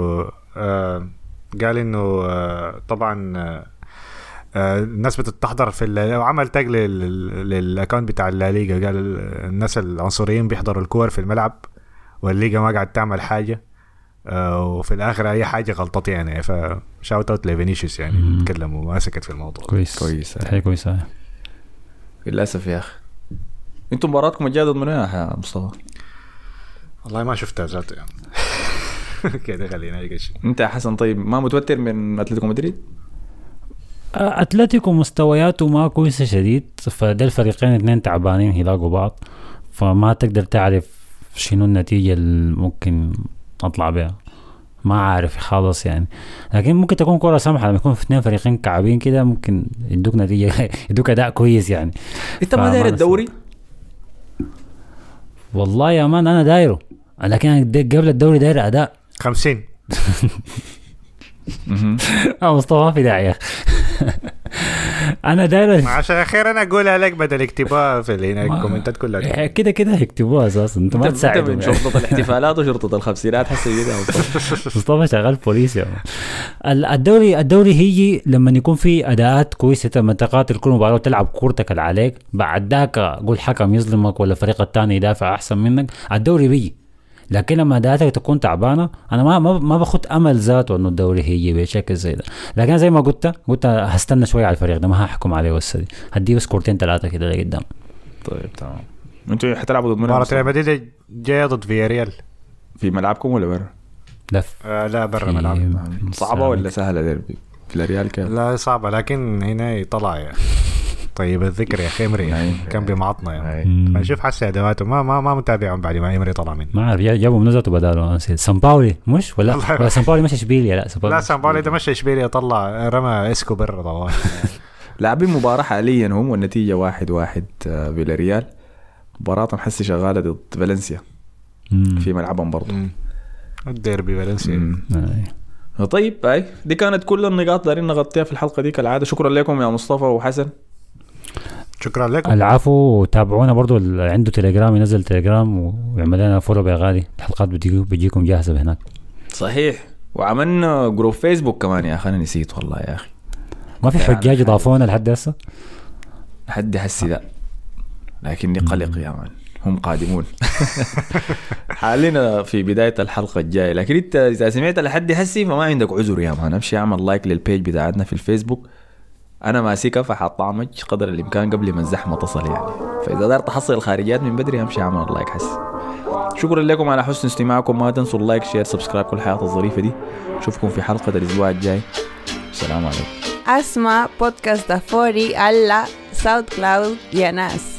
قال إنه طبعا الناس بتتحضر في عمل تاج للأكاونت بتاع الليغا. قال الناس العنصريين بيحضروا الكور في الملعب والليغا ما قاعد تعمل حاجة وفي الآخر أي حاجة غلطت يعني. فشاوت اوت لفينيسيوس يعني تكلم وما سكت في الموضوع. كويس هي كويسة. للأسف يا أخي انتم مباراتكم الجايه ضد منو يا مصطفى؟ والله ما شفتها ذاته يعني. كده خلينا يقش. انت يا حسن طيب ما متوتر من اتلتيكو مدريد؟ اتلتيكو مستوياته ما كويسه شديد، فده الفريقين اثنين تعبانين يلاقوا بعض، فما تقدر تعرف شنو النتيجه اللي ممكن اطلع بها، ما عارف خالص يعني. لكن ممكن تكون كرة سمحة لما يكون في اثنين فريقين كعبين كده ممكن يدوك نتيجة يدوك أداء كويس يعني. انت ما داير الدوري؟ والله يا مان أنا دايره، لكن قبل الدوري داير أداء 50. مصطفى في داعي انا داير عشان اخيرا انا اقولها لك بدل اكتبها في هنا الكومنتات كلها كده يكتبوها اساسا. انت ما تساعد من شرطه الاحتفالات وشرطه الخمسينات حسي كده. مصطفى شغال بوليس يعني. الدوري هيجي لما يكون في اداءات كويسه، لما تقاتل كل مباراه وتلعب كورتك اللي عليك، بعد ذاك قول حكم يظلمك ولا الفريق الثاني يدافع احسن منك، الدوري بيجي. لكن لما اداتك تكون تعبانه انا ما باخد امل ذاته انه الدوري هيجي بشكل زي ده. لكن زي ما قلت هستنى شويه على الفريق ده، ما هحكم عليه بس هديه بس كورتين ثلاثه كده لقدام. طيب تمام. انتوا حتلعبوا ضد مباراه ريال مدريد جايه ضد فياريال في ملعبكم ولا برا؟ لا برا ملعب. صعبه ولا سهله في الريال كيف؟ لا صعبه لكن هنا طلع يعني. طيب الذكر يا خمري كان بمعطنا يعني. فنشوف حسي ادواته ما متابعهم بعد ما يمري طلع منه. ما اعرف جابوا منزته بداله سان باولي مش ولا سان باولي مش اشبيليا. لا سان باولي ده مش اشبيليا، طلع رمى اسكو برا طبعا. لاعبين مباراه حاليا هم والنتيجه 1-1 فيلاريال. مباراه محسي شغاله ضد فالنسيا في ملعبهم برضه الديربي فالنسيا. طيب هاي دي كانت كل النقاط دارين نغطيها في الحلقه دي كالعاده. شكرا لكم يا مصطفى وحسن. شكرا لكم. العفو. وتابعونا برضو عنده تليجرام، ينزل تليجرام ويعمل لنا فولو بغالي. الحلقات بتجيكم جاهزة هناك. صحيح. وعملنا جروب فيسبوك كمان يا أخي، أنا نسيت والله يا أخي. ما في حجاج ضافونا لحد هسه؟ لحد هسي لا، لكني قلق يا مان، هم قادمون. حالنا في بداية الحلقة الجاية، لكن انت اذا سمعت لحد هسي فما عندك عذر يا مان. امشي اعمل لايك للبيج بتاعتنا في الفيسبوك. انا ماسكها فحطعمج قدر الامكان قبل ما الزحمة تصل يعني، فاذا دار تحصل الخارجيات من بدري امشي اعمل لايك حسي. شكرا لكم على حسن استماعكم. ما تنسوا اللايك شير سبسكرايب كل الحياة الظريفة دي. اشوفكم في حلقة الاسبوع الجاي. السلام عليكم. اسمع بودكاست دافوري على ساوند كلاود يا ناس.